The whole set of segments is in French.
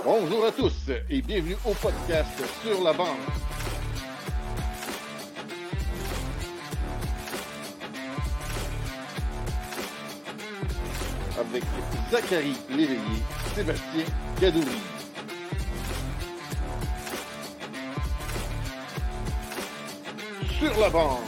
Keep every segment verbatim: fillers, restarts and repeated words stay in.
Bonjour à tous et bienvenue au podcast Sur la bande. Avec Zachary Léveillé, Sébastien Gadouri. Sur la bande.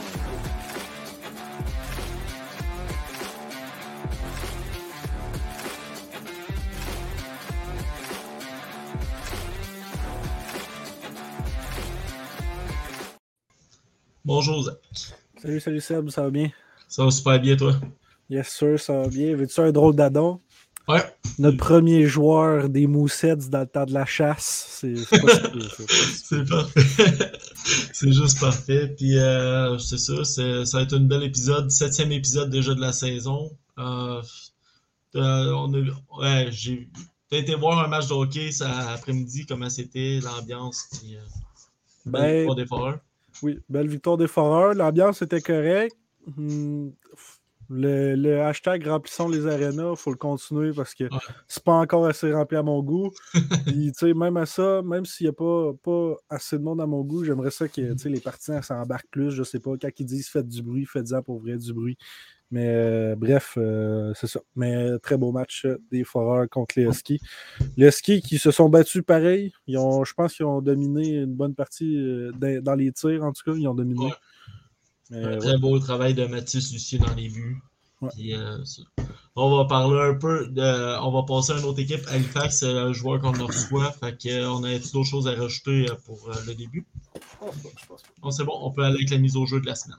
Bonjour Zach. Salut, salut Seb, ça va bien? Ça va super bien toi? Yes sir, ça va bien. Veux-tu un drôle d'adon? Ouais. Notre premier joueur des Moussets dans le temps de la chasse. C'est, c'est pas si pire, ça. C'est parfait. C'est juste parfait. Puis euh, c'est ça, c'est, ça va être un bel épisode, septième épisode déjà de la saison. Euh, euh, on a, ouais, j'ai t'as été voir un match de hockey ça après-midi, comment c'était, l'ambiance, puis euh, belle Ben, victoire des Foreurs. Oui, belle victoire des Foreurs. L'ambiance était correcte. Hmm, Le, le hashtag remplissons les arénas, il faut le continuer parce que Ouais. c'est pas encore assez rempli à mon goût. Puis, tu sais, même à ça, même s'il n'y a pas, pas assez de monde à mon goût, j'aimerais ça que tu sais, les partisans s'embarquent plus. Je sais pas, quand ils disent faites du bruit, faites-en pour vrai du bruit. Mais euh, bref, euh, c'est ça. Mais très beau match euh, des Foreurs contre les Huskies. Les Huskies qui se sont battus pareil. Ils ont, je pense qu'ils ont dominé une bonne partie euh, dans, dans les tirs, en tout cas. Ils ont dominé. Ouais. Mais, Un ouais. très beau travail de Mathis Lucier dans les buts. Ouais. Puis, euh, on va parler un peu de. On va passer à une autre équipe. Halifax, c'est le joueur qu'on reçoit. Fait qu'on a d'autres choses à rajouter pour euh, le début. Bon, c'est bon, on peut aller avec la mise au jeu de la semaine.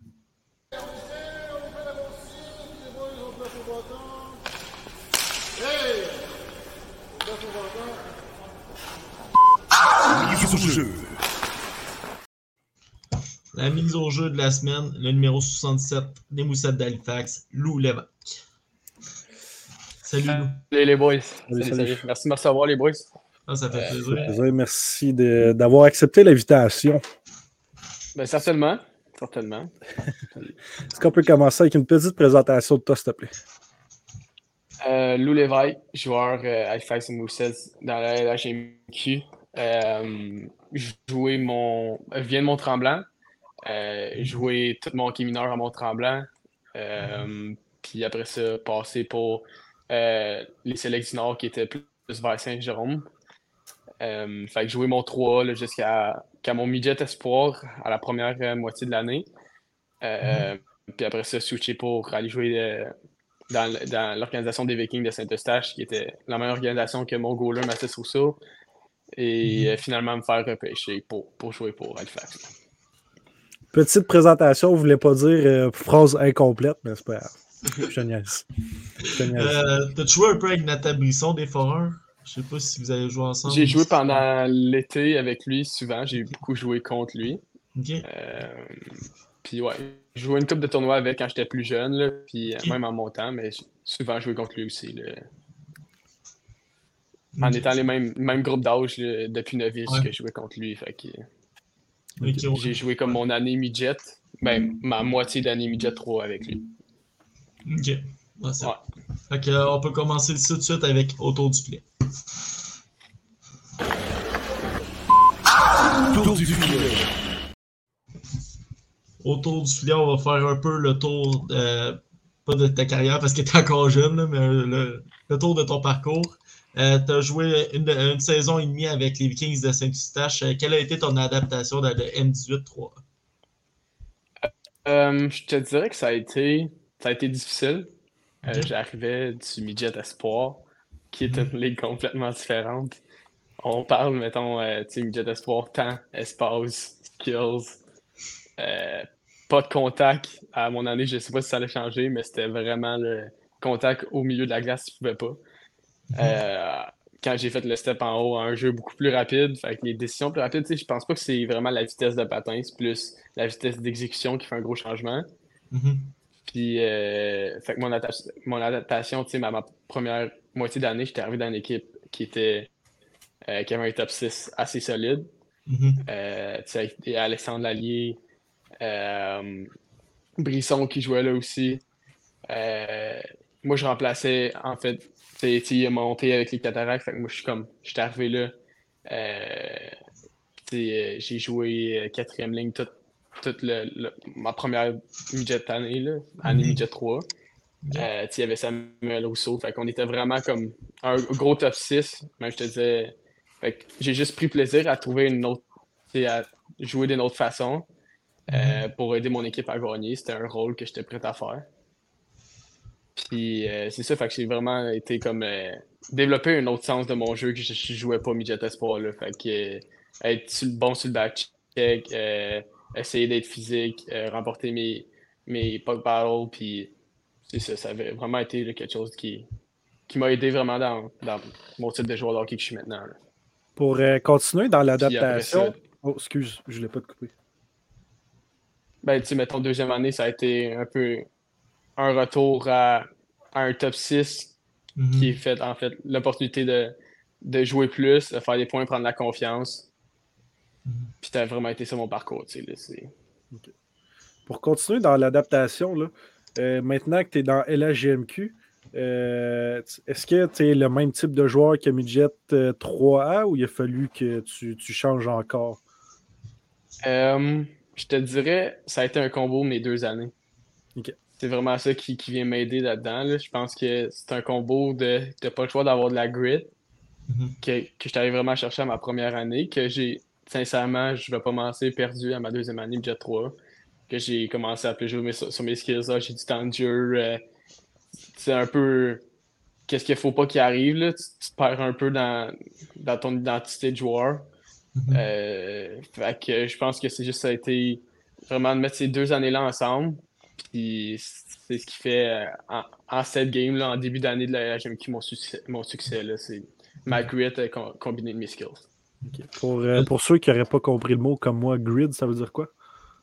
Mise au jeu. La mise au jeu de la semaine, le numéro soixante-dix-sept des Moussettes d'Halifax, Lou Lévesque. Salut Lou. Salut les boys. Salut, Salut, salut. salut. Merci de me recevoir les boys. Ah, ça fait Euh, plaisir. Ça fait plaisir. Merci de, d'avoir accepté l'invitation. Ben, certainement. Certainement. Est-ce qu'on peut commencer avec une petite présentation de toi, s'il te plaît? Euh, Lou Lévesque, joueur euh, Halifax Moussets dans la L H M Q. Euh, joué mon... Je viens de Mont-Tremblant. Euh, joué tout mon hockey mineur à Mont-Tremblant. Euh, puis après ça, passé pour euh, les Selects du Nord qui étaient plus vers Saint-Jérôme. Euh, fait que joué mon trois là, jusqu'à, jusqu'à mon midget espoir à la première euh, moitié de l'année. Euh, mm-hmm. Puis après ça, switché pour aller jouer euh, dans, dans l'organisation des Vikings de Saint-Eustache, qui était la même organisation que mon goaler Mathis Rousseau. Et euh, finalement me faire repêcher pour, pour jouer pour Halifax. Petite présentation, vous ne voulez pas dire euh, phrase incomplète, mais c'est pas grave. Je te niaise. Je te niaise. Euh, T'as-tu joué un peu avec Nathan Brisson des Foreurs? Je sais pas si vous avez joué ensemble. J'ai joué pendant l'été avec lui souvent. J'ai beaucoup joué contre lui. OK. Euh, puis ouais, j'ai joué une couple de tournois avec quand j'étais plus jeune, là, puis okay. Même en montant, mais souvent joué contre lui aussi. Là. En okay. étant les mêmes, mêmes groupes d'âge là, depuis novice ouais. que je jouais contre lui. Fait que, okay, ouais. J'ai joué comme mon année midget, ben ma moitié d'année midget trois avec lui. OK. Ouais, c'est ouais. Fait que, euh, on peut commencer tout de suite avec autour du filet. Autour du filet. Autour du filet, on va faire un peu le tour, euh, pas de ta carrière parce que tu es encore jeune, là, mais le, le tour de ton parcours. Euh, tu as joué une, une saison et demie avec les Vikings de Saint-Eustache. Quelle a été ton adaptation dans le M dix-huit trois? Euh, je te dirais que ça a été, ça a été difficile. Okay. Euh, j'arrivais du midget espoir, qui est une ligue complètement différente. On parle, mettons, euh, tu sais, midget espoir, temps, espace, skills, euh, pas de contact. À mon année, je sais pas si ça allait changer, mais c'était vraiment le contact au milieu de la glace, tu pouvais pas. Mm-hmm. Euh, quand j'ai fait le step en haut, un jeu beaucoup plus rapide, fait que les décisions plus rapides, tu sais, je pense pas que c'est vraiment la vitesse de patin, c'est plus la vitesse d'exécution qui fait un gros changement. Mm-hmm. Puis, euh, fait que mon, atta- mon adaptation, tu sais, ma, ma première moitié d'année, j'étais arrivé dans une équipe qui était euh, qui avait un top six assez solide. Mm-hmm. Euh, tu sais, avec Alexandre Lallier, euh, Brisson qui jouait là aussi. Euh, moi, je remplaçais, en fait, il a monté avec les cataractes. Fait que moi, je suis comme, je suis arrivé là. Euh, euh, j'ai joué quatrième ligne toute, toute le, le, ma première midget année, là, année Mhm. midget trois. Ok. Euh, il y avait Samuel Rousseau. Fait qu'on était vraiment comme un gros top six. Mais je te disais, fait que j'ai juste pris plaisir à trouver une autre, à jouer d'une autre façon euh, Mhm. pour aider mon équipe à gagner. C'était un rôle que j'étais prêt à faire. Puis euh, c'est ça, fait que j'ai vraiment été comme euh, développer un autre sens de mon jeu que je, je jouais pas midget espoir là. Fait que euh, être sur le- bon sur le back check, euh, essayer d'être physique, euh, remporter mes, mes puck battles, puis c'est ça, ça avait vraiment été là, quelque chose qui, qui m'a aidé vraiment dans, dans mon type de joueur de hockey que je suis maintenant, là. Pour euh, continuer dans Puis après ça, l'adaptation. Oh, excuse, je ne l'ai pas te couper. ben tu sais, mettons deuxième année, ça a été un peu un retour à, à un top six qui est Mhm. fait, en fait, l'opportunité de, de jouer plus, de faire des points, prendre la confiance. Mhm. Puis ça a vraiment été ça mon parcours, tu sais, là, c'est... Pour continuer dans l'adaptation, là, euh, maintenant que tu es dans L H G M Q, euh, t- est-ce que tu es le même type de joueur que Midget euh, trois A ou il a fallu que tu, tu changes encore? Euh, je te dirais, ça a été un combo mes deux années. Ok. C'est vraiment ça qui, qui vient m'aider là-dedans, là. Je pense que c'est un combo de t'as pas le choix d'avoir de la grit Mhm. que, que je t'avais vraiment cherché à ma première année, que j'ai, sincèrement, je vais pas commencer perdu à ma deuxième année, Jet trois, que j'ai commencé à plus jouer mes- sur mes skills, là, j'ai du temps de jeu, euh, c'est un peu qu'est-ce qu'il faut pas qu'il arrive, là, tu, tu te perds un peu dans, dans ton identité de joueur. Mhm. Euh, fait que je pense que c'est juste ça a été vraiment de mettre ces deux années-là ensemble. Puis c'est ce qui fait euh, en, en cette game-là, en début d'année de la L H M Q, mon succès, mon succès là, c'est ma grit euh, com- combinée de mes skills. Ok. Pour, euh, pour ceux qui n'auraient pas compris le mot comme moi, grid, ça veut dire quoi?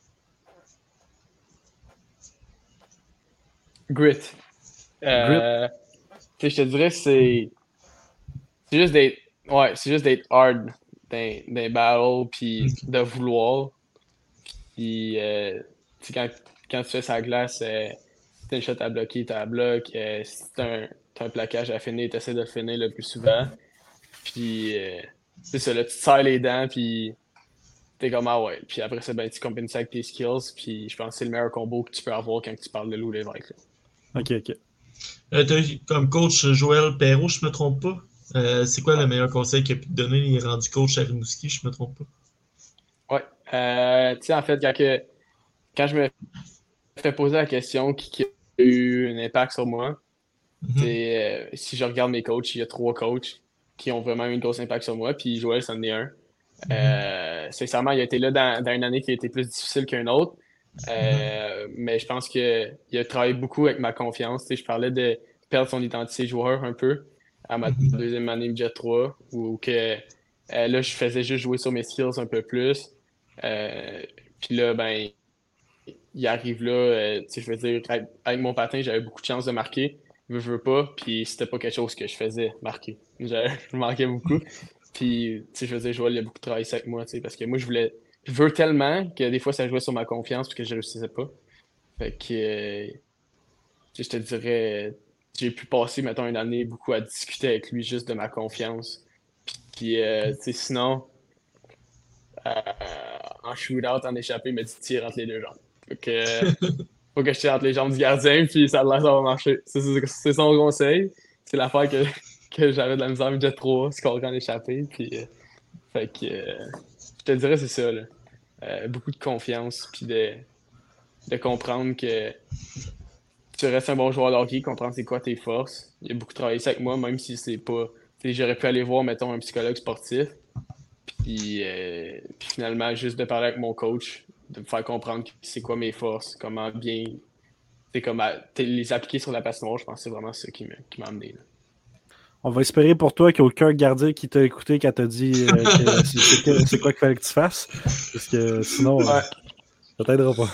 Grit. Grit? Euh, tu sais, je te dirais, c'est c'est juste d'être ouais, c'est juste d'être hard dans, dans les battles, puis Ok. de vouloir. Puis, euh, tu sais, quand, quand tu fais sa glace, euh, si t'as une shot à bloquer, t'as à bloc. Euh, si t'as un, t'as un plaquage à finir, t'essaies de le finir le plus souvent. Puis, euh, c'est ça, là, tu te serres les dents, puis t'es comme, ah ouais. Puis après ça, ben, tu combines ça avec tes skills, puis je pense que c'est le meilleur combo que tu peux avoir quand tu parles de Lou Lévesque, là. Ok, ok. Euh, t'as eu comme coach Joël Perrault, je me trompe pas. Euh, c'est quoi Ouais. le meilleur conseil qu'il a pu te donner? Il est rendu coach à Rimouski, je me trompe pas. Ouais. Euh, tu sais, en fait, quand, que, quand je me fais poser la question qui, qui a eu un impact sur moi, Mhm. c'est, euh, si je regarde mes coachs, il y a trois coachs qui ont vraiment eu un gros impact sur moi, puis Joël, c'en est un. Mhm. Euh, sincèrement, il a été là dans, dans une année qui a été plus difficile qu'une autre. Mhm. Euh, mais je pense qu'il a travaillé beaucoup avec ma confiance. Tu sais, je parlais de perdre son identité joueur un peu à ma Mhm. deuxième année Jet trois, où que, euh, là, je faisais juste jouer sur mes skills un peu plus. Euh, Puis là, ben, il arrive là, euh, tu sais, je veux dire, avec, avec mon patin, j'avais beaucoup de chance de marquer. Je veux, veux pas, puis c'était pas quelque chose que je faisais marquer. Je, je manquais beaucoup. Puis, tu sais, je veux dire, Joël, il a beaucoup travaillé ça avec moi, tu sais, parce que moi, je voulais, je veux tellement que des fois, ça jouait sur ma confiance, puis que je réussissais pas. Fait que, euh, tu sais, je te dirais, j'ai pu passer, mettons, une année beaucoup à discuter avec lui juste de ma confiance. Puis, euh, tu sais, sinon, euh, en shootout, en échappé, il m'a dit tire entre les deux jambes. Fait que, faut que je tire entre les jambes du gardien, puis ça a l'air, ça va marcher. C'est c'est- c'est son conseil. C'est l'affaire que, que j'avais de la misère à jet trois, scorer en échappé. Puis, euh, fait que, euh, je te dirais, c'est ça, là. Euh, beaucoup de confiance, puis de, de comprendre que tu restes un bon joueur de hockey, comprendre c'est quoi tes forces. Il a beaucoup travaillé ça avec moi, même si c'est pas. Tu sais, j'aurais pu aller voir, mettons, un psychologue sportif. Puis, euh, puis finalement, juste de parler avec mon coach, de me faire comprendre c'est quoi mes forces, comment bien c'est comme à, les appliquer sur la patinoire, je pense que c'est vraiment ça qui m'a qui m'a amené, là. On va espérer pour toi qu'il n'y a aucun gardien qui t'a écouté quand t'as dit euh, que c'est c'est que- c'est quoi qu'il fallait que tu fasses. Parce que sinon, euh, Ouais. ça t'aidera pas.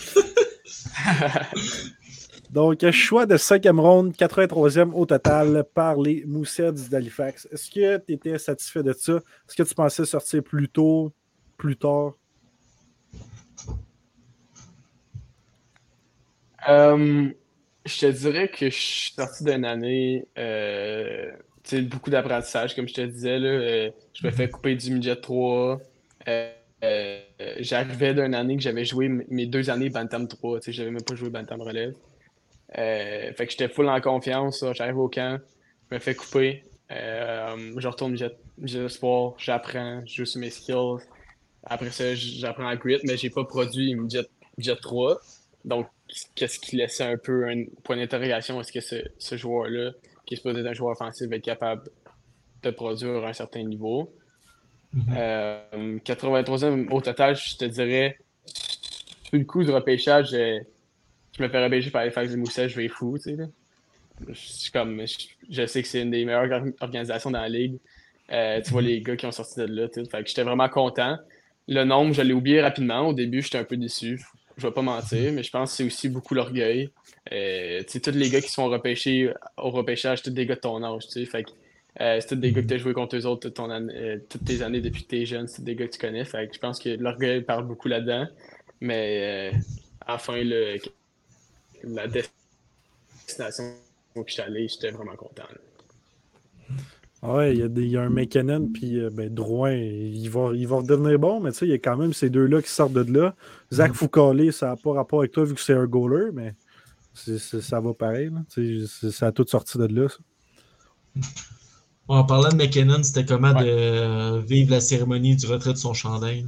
Donc, choix de cinquième ronde, quatre-vingt-troisième au total par les Moussets d'Halifax. Est-ce que tu étais satisfait de ça? Est-ce que tu pensais sortir plus tôt, plus tard? Euh, je te dirais que je suis sorti d'une année, euh, tu sais, beaucoup d'apprentissage, comme je te disais, là. Euh, je me fais couper du midget trois. Euh, euh, J'arrivais d'une année que j'avais joué m- mes deux années Bantam trois, tu sais, j'avais même pas joué Bantam Relève. Euh, fait que j'étais full en confiance, là. J'arrive au camp, je me fais couper. Euh, je retourne midget, midget sport, j'apprends, je joue sur mes skills. Après ça, j'apprends à grit, mais j'ai pas produit midget, midget trois. Donc, qu'est-ce qui laissait un peu un point d'interrogation? Est-ce que ce, ce joueur-là, qui est supposé être un joueur offensif, va être capable de produire à un certain niveau? Mhm. Euh, quatre-vingt-troisième au total, je te dirais, sur le coup du repêchage, je, je me fais repêcher par les Halifax de Moussel, je vais fou, tu sais, là. Je suis comme, je, je sais que c'est une des meilleures or- organisations dans la ligue. Euh, tu vois les gars qui ont sorti de là, tu sais. Fait que j'étais vraiment content. Le nombre, je l'ai oublié rapidement. Au début, j'étais un peu déçu. Je vais pas mentir, mais je pense que c'est aussi beaucoup l'orgueil. Euh, tu sais, tous les gars qui sont repêchés au repêchage, c'est tous des gars de ton âge, tu sais. Fait que euh, c'est tous des gars que tu as joué contre eux autres toute ton année- euh, toutes tes années depuis que tu es jeune. C'est des gars que tu connais. Fait que je pense que l'orgueil parle beaucoup là-dedans. Mais euh, à la fin, le- la destination où je suis allé, j'étais vraiment content, là. Ouais, il y a, des, il y a un McKinnon, puis euh, ben, Drouin, il va, il va redevenir bon, mais tu sais, il y a quand même ces deux-là qui sortent de là. Zach Foucault, ça n'a pas rapport avec toi vu que c'est un goaler, mais c'est, c'est- ça va pareil. Là. Tu sais, c'est- ça a tout sorti de là. Ça. Bon, en parlant de McKinnon, c'était comment de Ouais. euh, vivre la cérémonie du retrait de son chandail?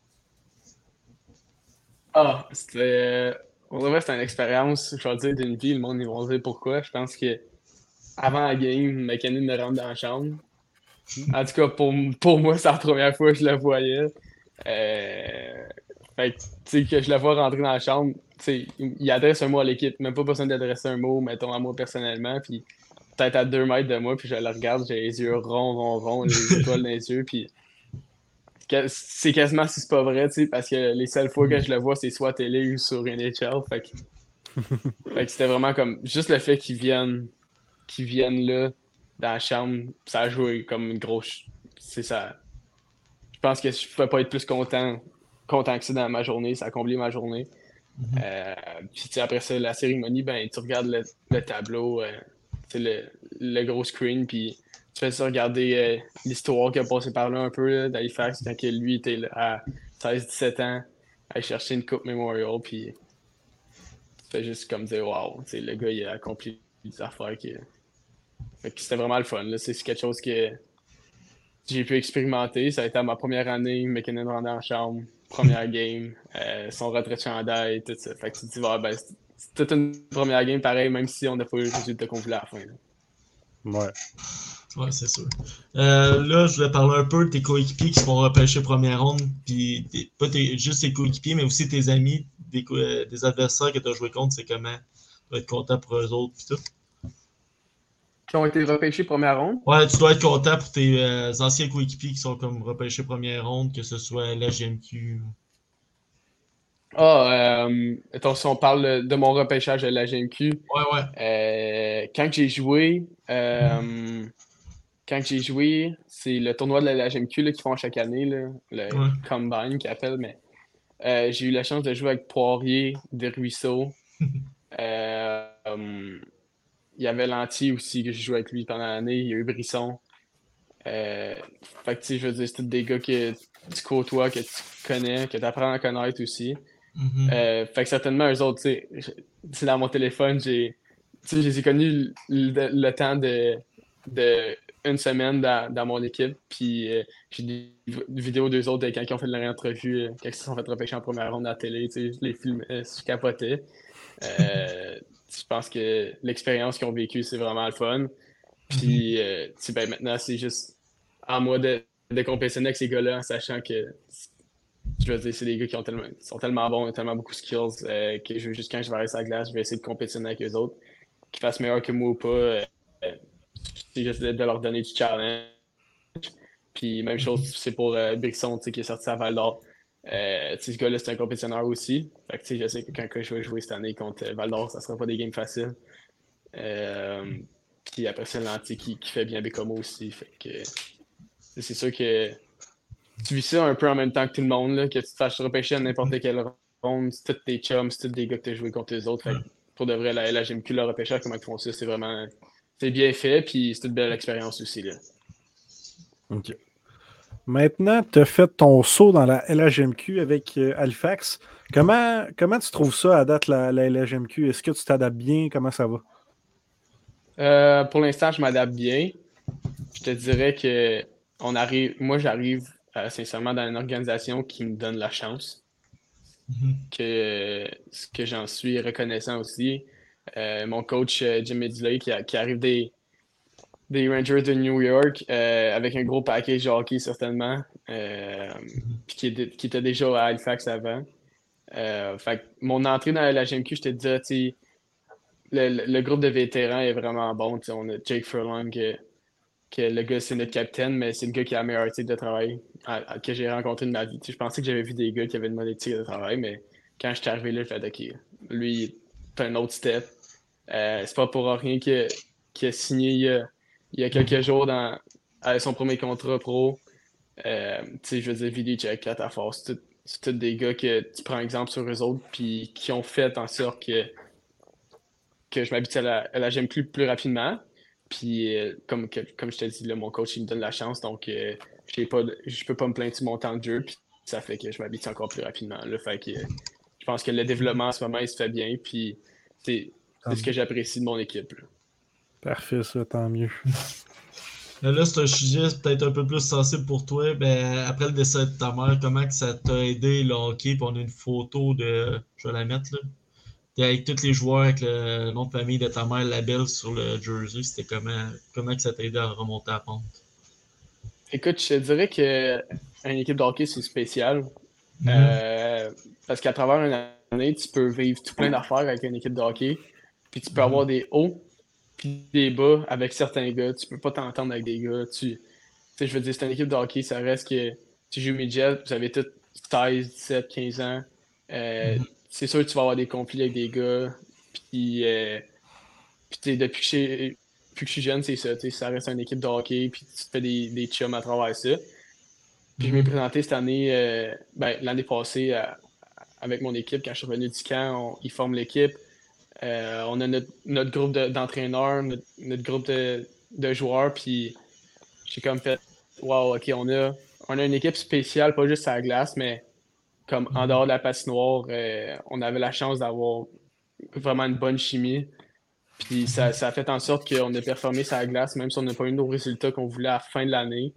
Ah, c'était. euh, Pour de vrai, c'était une expérience, je vais dire, d'une vie. Le monde, ils vont dire pourquoi. Je pense que avant la game, McKinnon me rentre dans la chambre. En tout cas, pour, pour moi, c'est la première fois que je le voyais. Euh, Fait que, tu sais, que je le vois rentrer dans la chambre, tu sais, il, il adresse un mot à l'équipe. Même pas besoin d'adresser un mot, mettons, à moi personnellement. Puis peut-être à deux mètres de moi, puis je le regarde, j'ai les yeux ronds, ronds, ronds, les étoiles dans les yeux. Puis que- c'est quasiment si c'est pas vrai, tu sais, parce que les seules fois que je le vois, c'est soit à télé ou sur N H L. Fait que, fait que c'était vraiment comme juste le fait qu'ils viennent, qu'ils viennent là, dans la chambre, ça a joué comme une grosse. C'est ça. Je pense que je pouvais pas être plus content, content que ça dans ma journée. Ça a comblé ma journée. Mhm. Euh, puis tu sais, après ça, la cérémonie, ben, tu regardes le, le tableau, euh, tu sais, le, le gros screen, puis tu fais ça regarder euh, l'histoire qui a passé par là un peu là, d'Halifax quand que lui était là, à seize dix-sept ans, à aller chercher une Coupe Memorial, puis tu fais juste comme dire wow, tu sais, le gars il a accompli des affaires qui. Fait que c'était vraiment le fun. Là. C'est c'est quelque chose que j'ai pu expérimenter. Ça a été à ma première année, McKinnon rentre en chambre, première game, euh, son retrait de chandail, tout ça. Fait que tu te dis, ouais, ben, c'est c'est toute une première game pareil, même si on n'a pas eu le résultat qu'on voulait à la fin, là. Ouais. Ouais, c'est sûr. Euh, là, je voulais parler un peu de tes coéquipiers qui se font repêcher première ronde, puis tes- pas tes- juste tes coéquipiers, mais aussi tes amis, des, co- euh, des adversaires que tu as joué contre, c'est comment? Tu dois être content pour eux autres, puis tout. Qui ont été repêchés première ronde. Ouais, tu dois être content pour tes euh, anciens coéquipiers qui sont comme repêchés première ronde, que ce soit la G M Q. Ah, euh, attends, si on parle de mon repêchage de la G M Q, Ouais, ouais. euh, quand j'ai joué, euh, quand j'ai joué, c'est le tournoi de la G M Q là, qu'ils font chaque année, là, le Ouais. Combine qu'ils appellent, mais euh, j'ai eu la chance de jouer avec Poirier, Desruisseaux. Euh, euh, il y avait Lanty aussi, que j'ai joué avec lui pendant l'année. Il y a eu Brisson. Euh, fait que, tu sais, je veux dire, c'est tous des gars que tu côtoies, que tu connais, que tu apprends à connaître aussi. Mhm. Euh, fait que certainement, eux autres, tu sais, je- tu sais, dans mon téléphone, j'ai, tu sais, je les ai connus le, le temps de, de une semaine dans, dans mon équipe. Puis euh, j'ai des v- vidéos d'eux autres de quand ils ont fait leur entrevue, euh, quand ils se sont fait repêcher en première ronde à la télé. Tu sais, je les filmais, je capotais. Euh, je pense que l'expérience qu'ils ont vécue, c'est vraiment le fun. Puis, euh, tu sais, ben, maintenant, c'est juste à moi de, de compétitionner avec ces gars-là en sachant que, je veux dire, c'est des gars qui ont tellement, sont tellement bons, ont tellement beaucoup de skills euh, que je veux juste quand je vais aller sur la glace, je vais essayer de compétitionner avec eux autres. Qu'ils fassent meilleur que moi ou pas, euh, euh, c'est juste de, de leur donner du challenge. Puis, même chose, c'est pour euh, Brisson, tu sais, qui est sorti à Val d'Or. Euh, tu sais, ce gars-là, c'est un compétitionnaire aussi. Fait que, tu sais, je sais que quand je vais jouer cette année contre Val d'Or, ça sera pas des games faciles. Euh, Puis après, c'est Lanty qui, qui fait bien Bécomo aussi. Fait que c'est sûr que tu vis ça un peu en même temps que tout le monde, là, que tu te fasses repêcher à n'importe quelle ronde, c'est tous tes chums, c'est tous des gars que tu as joué contre les autres. Fait que pour de vrai, la, la G M Q, le repêchage, comment ils font ça, c'est vraiment c'est bien fait, puis c'est une belle expérience aussi. Là. OK. Maintenant, tu as fait ton saut dans la L H M Q avec euh, Halifax. Comment, comment tu trouves ça à date, la, la L H M Q? Est-ce que tu t'adaptes bien? Comment ça va? Euh, pour l'instant, je m'adapte bien. Je te dirais que on arrive, moi, j'arrive euh, sincèrement dans une organisation qui me donne la chance, Mhm. que, que j'en suis reconnaissant aussi. Euh, mon coach euh, Jim Medley qui, a- qui arrive des, des Rangers de New York euh, avec un gros package de hockey certainement, euh, puis qui, était- qui était déjà à Halifax avant. Euh, fait que mon entrée dans la G M Q, je te dirais, tu sais, le, le- le groupe de vétérans est vraiment bon. Tu sais, on a Jake Furlong, que, que le gars, c'est notre capitaine, mais c'est le gars qui a la meilleure éthique de travail à- à- que j'ai rencontré de ma vie. Tu sais, je pensais que j'avais vu des gars qui avaient une bonne éthique de travail, mais quand je suis arrivé là, je fait OK, lui, c'est un autre step. Euh, c'est pas pour rien qu'il a, qu'il a signé il y a, il y a quelques jours dans, à son premier contrat pro. Euh, tu sais, je veux dire, Vidicek, Catafort, c'est tout- c'est tous des gars que tu prends exemple sur eux autres, puis qui ont fait en sorte que, que je m'habitue à la, à la G M Q plus rapidement. Puis, euh, comme, que- comme je te dis, là, mon coach, il me donne la chance, donc euh, j'ai pas, de- je peux pas me plaindre de mon temps de jeu, puis ça fait que je m'habitue encore plus rapidement. Là, fait que euh, je pense que le développement en ce moment, il se fait bien, puis c'est Tant c'est ce que mieux. j'apprécie de mon équipe. Là. Parfait, ça, tant mieux. Mais là, c'est un sujet peut-être un peu plus sensible pour toi. Ben, après le décès de ta mère, comment que ça t'a aidé le hockey? Puis on a une photo de. Je vais la mettre là. T'es avec tous les joueurs avec le nom de famille de ta mère, la belle sur le jersey. C'était comment, comment que ça t'a aidé à remonter la pente? Écoute, je te dirais que une équipe de hockey, c'est spécial. Mhm. Euh, parce qu'à travers une année, tu peux vivre tout plein d'affaires avec une équipe de hockey. Puis tu peux Mhm. avoir des hauts puis des bas avec certains gars. Tu peux pas t'entendre avec des gars. Tu, tu sais, je veux dire, c'est une équipe de hockey, ça reste que tu joues midget, vous avez tous seize, dix-sept, quinze ans. Euh, Mhm. c'est sûr que tu vas avoir des conflits avec des gars. Puis, euh, puis tu sais, depuis que, je suis- depuis que je suis jeune, c'est ça. Tu sais, ça reste une équipe de hockey, puis tu te fais des, des chums à travers ça. Puis je m'ai Mhm. présenté cette année, euh, ben, l'année passée, à- avec mon équipe, quand je suis revenu du camp, on- ils forment l'équipe. Euh, on a notre, notre groupe de- d'entraîneurs, notre, notre groupe de, de joueurs, puis j'ai comme fait, wow, ok, on a, on a une équipe spéciale, pas juste à la glace, mais comme en Mhm. dehors de la patinoire, euh, on avait la chance d'avoir vraiment une bonne chimie. Puis ça, ça a fait en sorte qu'on a performé sur la glace, même si on n'a pas eu nos résultats qu'on voulait à la fin de l'année.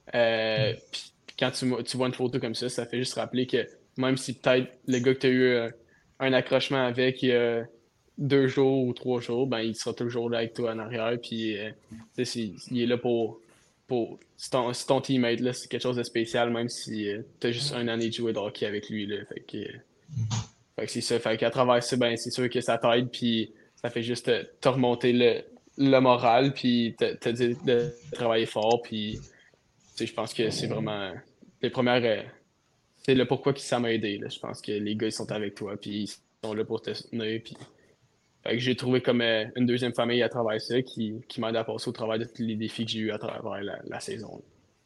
Euh, puis puis quand tu, mo- tu vois une photo comme ça, ça fait juste rappeler que même si peut-être le gars que tu as eu euh, un accrochement avec il y a deux jours ou trois jours, ben il sera toujours là avec toi en arrière. Puis euh, tu sais, c'est- il est là pour. pour c'est ton, c'est ton teammate, là, c'est quelque chose de spécial, même si tu as juste une année de jouer de hockey avec lui. Là, fait que, fait que c'est ça. Fait qu'à travers ça, ben, c'est sûr que ça t'aide, puis ça fait juste te, te remonter le, le moral, puis te, te dire de travailler fort, puis tu sais, je pense que c'est vraiment les premières. euh, c'est le pourquoi que ça m'a aidé. Là. Je pense que les gars, ils sont avec toi, puis ils sont là pour te soutenir. Puis... Fait que j'ai trouvé comme euh, une deuxième famille à travers ça qui, qui m'aide à passer au travers de tous les défis que j'ai eu à travers la, la saison.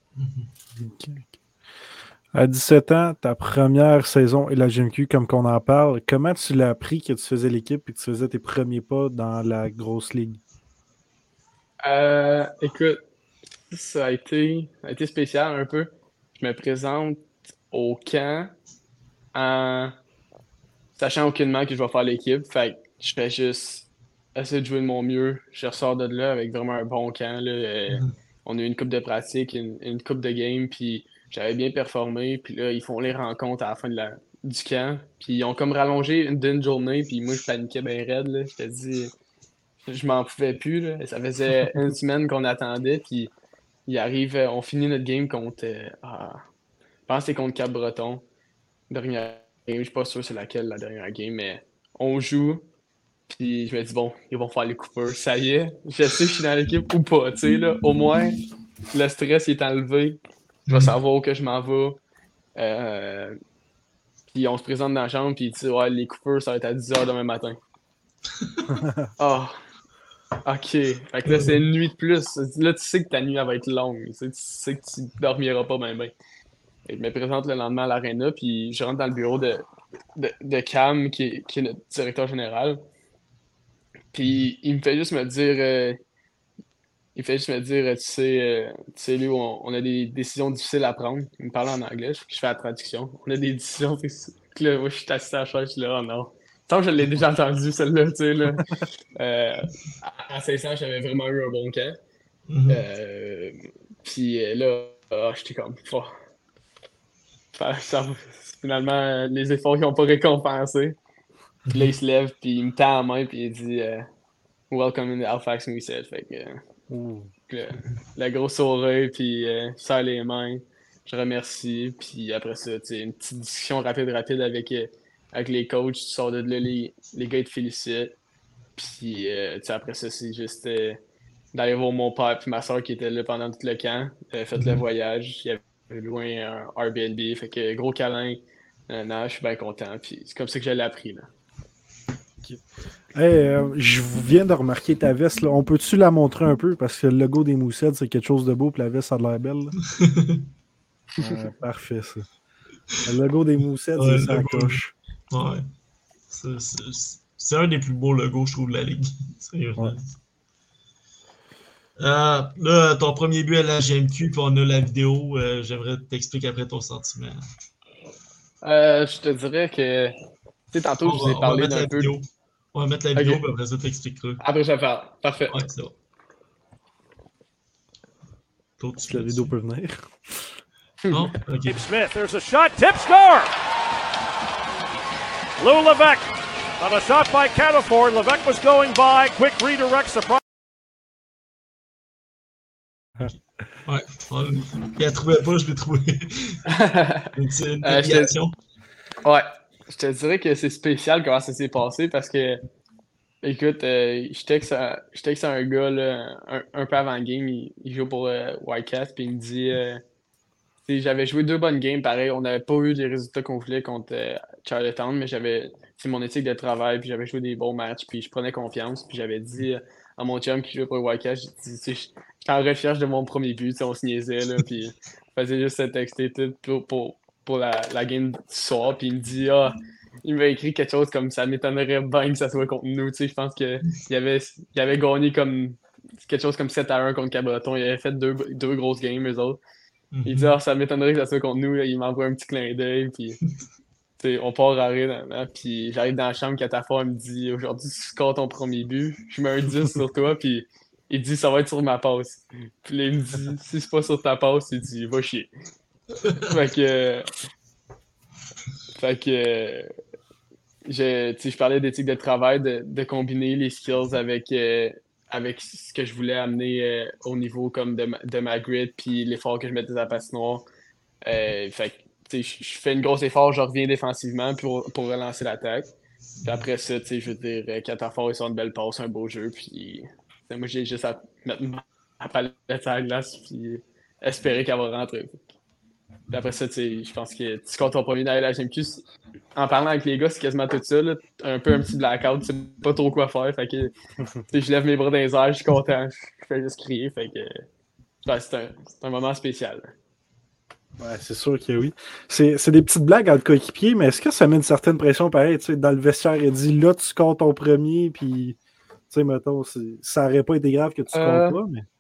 OK. À dix-sept ans, ta première saison et la G M Q, comme qu'on en parle, comment tu l'as appris que tu faisais l'équipe et que tu faisais tes premiers pas dans la grosse ligue? Euh, écoute, ça a été, ça a été spécial un peu. Je me présente au camp en sachant aucunement que je vais faire l'équipe. Fait que je fais juste essayer de jouer de mon mieux. Je ressors de là avec vraiment un bon camp. Là. Euh, Mhm. on a eu une coupe de pratique, une, une coupe de game, puis j'avais bien performé. Puis là, ils font les rencontres à la fin de la, du camp. Puis ils ont comme rallongé une d'une journée, puis moi, je paniquais bien raide. Là. Je te dis, je m'en pouvais plus. Là. Ça faisait une semaine qu'on attendait, puis il arrive, euh, on finit notre game contre, euh, ah, je pense que c'est contre Cap-Breton. Dernière game, je suis pas sûr c'est laquelle la dernière game, mais on joue. Puis je me dis, bon, ils vont faire les coupeurs. Ça y est, je sais que je suis dans l'équipe ou pas. Tu sais, là, au moins, le stress il est enlevé. Je vais Mhm. savoir où que je m'en vais. Euh, puis on se présente dans la chambre, puis il dit, ouais, les coupeurs, ça va être à dix heures demain matin. Ah, ok. Fait que là, c'est une nuit de plus. Là, tu sais que ta nuit, elle va être longue. Tu sais, tu sais que tu dormiras pas bien, bien. Et je me présente le lendemain à l'aréna, puis je rentre dans le bureau de, de, de Cam, qui est, qui est notre directeur général. Puis il me fait juste me dire, euh, il fait juste me dire, euh, tu sais, euh, tu sais, lui, on, on a des décisions difficiles à prendre. Il me parle en anglais, je, je fais la traduction. On a des décisions, puis que là, moi, je suis assis à la chaise, je suis là, oh non. Tant que je l'ai déjà entendu, celle-là, tu sais, là. Euh, à à seize ans, j'avais vraiment eu un bon camp. Mhm. Euh, puis euh, là, ah, j'étais comme, oh. Ça- ça- finalement, les efforts qui n'ont pas récompensé. Puis là, il se lève, puis il me tend la main, puis il dit euh, Welcome in the Halifax Moosehead. Fait que, euh, Ouh. le, la grosse soirée, puis euh, je serre les mains, je remercie, puis après ça, tu sais, une petite discussion rapide, rapide avec, euh, avec les coachs, tu sors de là, les, les gars ils te félicitent, puis euh, tu sais, après ça, c'est juste euh, d'aller voir mon père puis ma soeur qui étaient là pendant tout le camp, euh, fait le Mhm. voyage, il avait loué un Airbnb, fait que gros câlin, euh, non, je suis bien content, puis c'est comme ça que je l'ai appris, là. Hey, euh, je viens de remarquer ta veste. Là. On peut-tu la montrer un peu? Parce que le logo des Mooseheads, c'est quelque chose de beau, puis la veste, ça a l'air belle. Là. Ouais, parfait, ça. Le logo des Mooseheads, Ouais, c'est ça le la logo. coche. Ouais. C'est- C'est c'est un des plus beaux logos, je trouve, de la Ligue. Sérieusement. Ouais. Euh, là, ton premier but à la G M Q, puis on a la vidéo. euh, J'aimerais t'expliquer après ton sentiment. Euh, je te dirais que, tu sais, tantôt, On je va, vous ai on va parlé mettre la d'un peu. vidéo. On va mettre la Ok. vidéo, puis après ça, t'expliqueras. Après, je vais faire. Parfait. Ouais, c'est bon. Toi, tu Si la fais vidéo dessus. peut venir. Non? Ok. Gabe Smith, there's a shot, tip, score! Lou Levesque on a shot by Cataford. Levesque was going by, quick redirect, surprise. Ouais. On- Il la trouvait pas, je l'ai trouvé. Une petite une Euh, je te- déviation. Ouais, je te dirais que c'est spécial comment ça s'est passé parce que, écoute, euh, je texte à, je texte à un gars là, un, un peu avant le game, il, il joue pour euh, Wildcat, puis il me dit euh, tu sais, j'avais joué deux bonnes games, pareil, on n'avait pas eu les résultats qu'on voulait contre euh, Charlottetown, mais j'avais c'est mon éthique de travail, puis j'avais joué des bons matchs, puis je prenais confiance, puis j'avais dit euh, à mon chum qui jouait pour Wildcat, j'ai dit, tu sais, j'étais en recherche de mon premier but, tu sais, on se niaisait, là, puis je faisais juste se texter tout pour, pour, pour la, la game du soir, puis il me dit, ah, il m'a écrit quelque chose comme ça m'étonnerait bien que ça soit contre nous, tu sais, je pense qu'il avait, il avait gagné comme quelque chose comme sept à un contre Cabreton, il avait fait deux, deux grosses games, eux autres. Il dit, Mhm. ah, ça m'étonnerait que ça soit contre nous, là. Il m'envoie un petit clin d'œil, puis tu sais, on part à rire, nan, nan. Puis j'arrive dans la chambre, Catafort me dit, aujourd'hui, tu scores ton premier but, je mets un dix sur toi, puis il dit, ça va être sur ma passe. Puis là, il me dit, si c'est pas sur ta passe, il dit, va chier. Fait que. Fait que. Je, tu sais, je parlais d'éthique de travail, de, de combiner les skills avec, euh, avec ce que je voulais amener euh, au niveau comme de, ma- de ma grid, puis l'effort que je mettais à la patinoire. Euh, fait que, tu sais, je je fais une grosse effort, je reviens défensivement pour, pour relancer l'attaque. Puis après ça, tu sais, je veux dire, euh, Catafort, ils sont une belle passe, un beau jeu, puis tu sais, moi, j'ai juste à mettre ma palette à la glace, puis espérer qu'elle va rentrer. Puis après ça, tu sais, je pense que tu comptes ton premier dans la G M Q. c'est- En parlant avec les gars, c'est quasiment tout ça, là. Un peu un petit blackout, tu sais pas trop quoi faire. Fait que, tu sais, je lève mes bras dans les airs, je suis content, je fais juste crier. Fait que, ouais, c'est un, c'est un moment spécial. Ouais, c'est sûr que oui. C'est c'est des petites blagues entre coéquipiers, mais est-ce que ça met une certaine pression pareil? Tu sais, dans le vestiaire, il dit là, tu scores ton premier, puis, tu sais, mettons, c'est- ça aurait pas été grave que tu Euh, scores pas, mais.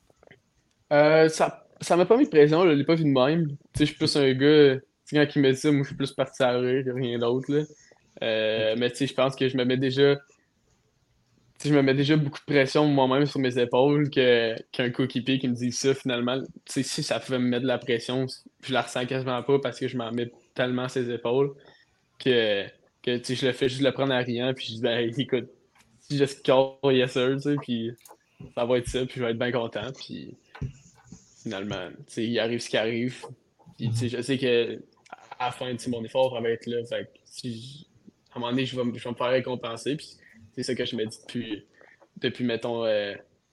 Euh, ça ça m'a pas mis de pression, là, je l'ai pas vu de même. Tu sais, je suis plus un gars, tu sais, quand il me dit ça, moi, je suis plus parti à rire que rien d'autre, là. Euh, mais tu sais, je pense que je me mets déjà, tu sais, je me mets déjà beaucoup de pression moi-même sur mes épaules que, qu'un coéquipier qui me dit ça, finalement. Tu sais, si ça pouvait me mettre de la pression, je la ressens quasiment pas parce que je m'en mets tellement ses épaules que, que tu sais, je le fais juste le prendre à riant, puis je dis, ben, écoute, si je score, yes sir, tu sais, puis ça va être ça, puis je vais être bien content, puis finalement, tu sais, il arrive ce qui arrive. Puis, tu sais, je sais que à la fin, tu sais, mon effort ça va être là. Fait que si je- à un moment donné, je vais, me- je vais me faire récompenser. Puis c'est ça que je me dis depuis, depuis mettons, euh,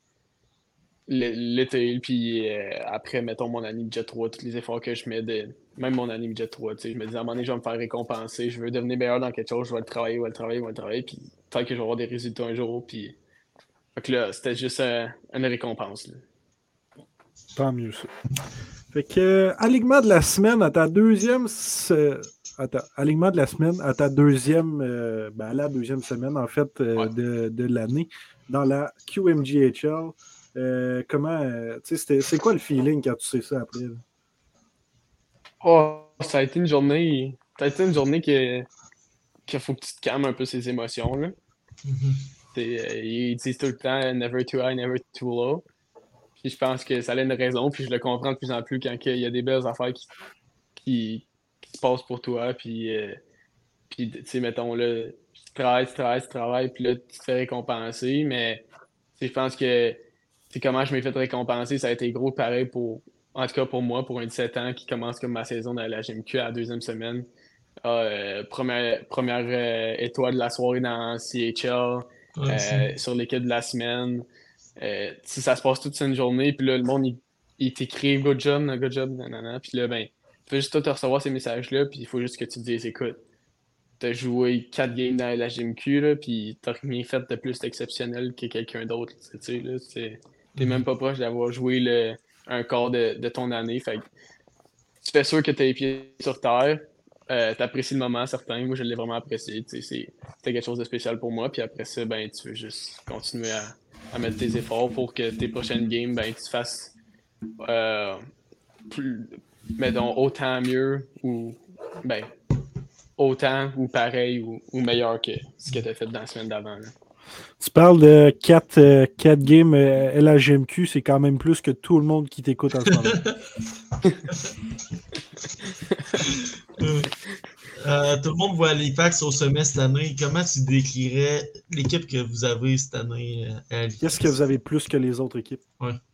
l- l'été. Puis euh, après, mettons, mon année Midget trois, tous les efforts que je mets, de, même mon année Midget trois, tu sais, je me dis à un moment donné, je vais me faire récompenser. Je veux devenir meilleur dans quelque chose. Je vais le travailler, je vais le travailler, je vais le travailler. Puis tant que je vais avoir des résultats un jour. Puis fait que là, c'était juste euh, une récompense, là. Tant mieux ça. Fait que, euh, alignement de la semaine, à ta deuxième se- à ta- alignement de la semaine, à ta deuxième, euh, ben, à la deuxième semaine, en fait, euh, Ouais. de, de l'année, dans la Q M G H L. Euh, comment, euh, tu sais, c'était- c'est quoi le feeling quand tu sais ça après? Là? Oh, ça a été une journée. Ça a été une journée que qu'il faut que tu te calmes un peu ces émotions, là. Mhm. C'est, euh, ils disent tout le temps never too high, never too low. Puis je pense que ça a une raison, puis je le comprends de plus en plus quand il y a des belles affaires qui, qui, qui se passent pour toi. Puis, euh, puis tu sais, mettons, là, tu travailles, tu travailles, tu travailles, puis là, tu te fais récompenser. Mais tu sais, je pense que c'est comment je m'ai fait récompenser, ça a été gros pareil pour, en tout cas pour moi, pour un dix-sept ans qui commence comme ma saison dans la G M Q à la deuxième semaine. Ah, euh, première première euh, étoile de la soirée dans C H L, Ouais, c'est- euh, sur l'équipe de la semaine. Euh, tu sais, ça se passe toute une journée, puis là, le monde, il, il t'écrit good job, good job, nanana. Puis là, ben, tu fais juste toi te recevoir ces messages-là, puis il faut juste que tu te dises, écoute, t'as joué quatre games dans la G M Q, là, puis t'as rien fait de plus exceptionnel que quelqu'un d'autre. Tu sais, là, c'est- t'es même pas proche d'avoir joué le, un quart de, de ton année. Fait que tu fais sûr que t'as les pieds sur terre. Euh, t'apprécies le moment, certain. Moi, je l'ai vraiment apprécié. tu sais, C'est, c'était quelque chose de spécial pour moi. Puis après ça, ben, tu veux juste continuer à, à mettre tes efforts pour que tes prochaines games, ben, tu fasses euh, plus, mettons, autant mieux ou ben, autant ou pareil ou, ou meilleur que ce que tu as fait dans la semaine d'avant. là. Tu parles de quatre euh, quatre games euh, L H G M Q, c'est quand même plus que tout le monde qui t'écoute en ce moment. Euh, euh, tout le monde voit Halifax au sommet cette année. Comment tu décrirais l'équipe que vous avez cette année euh, à Halifax? Qu'est-ce que vous avez plus que les autres équipes?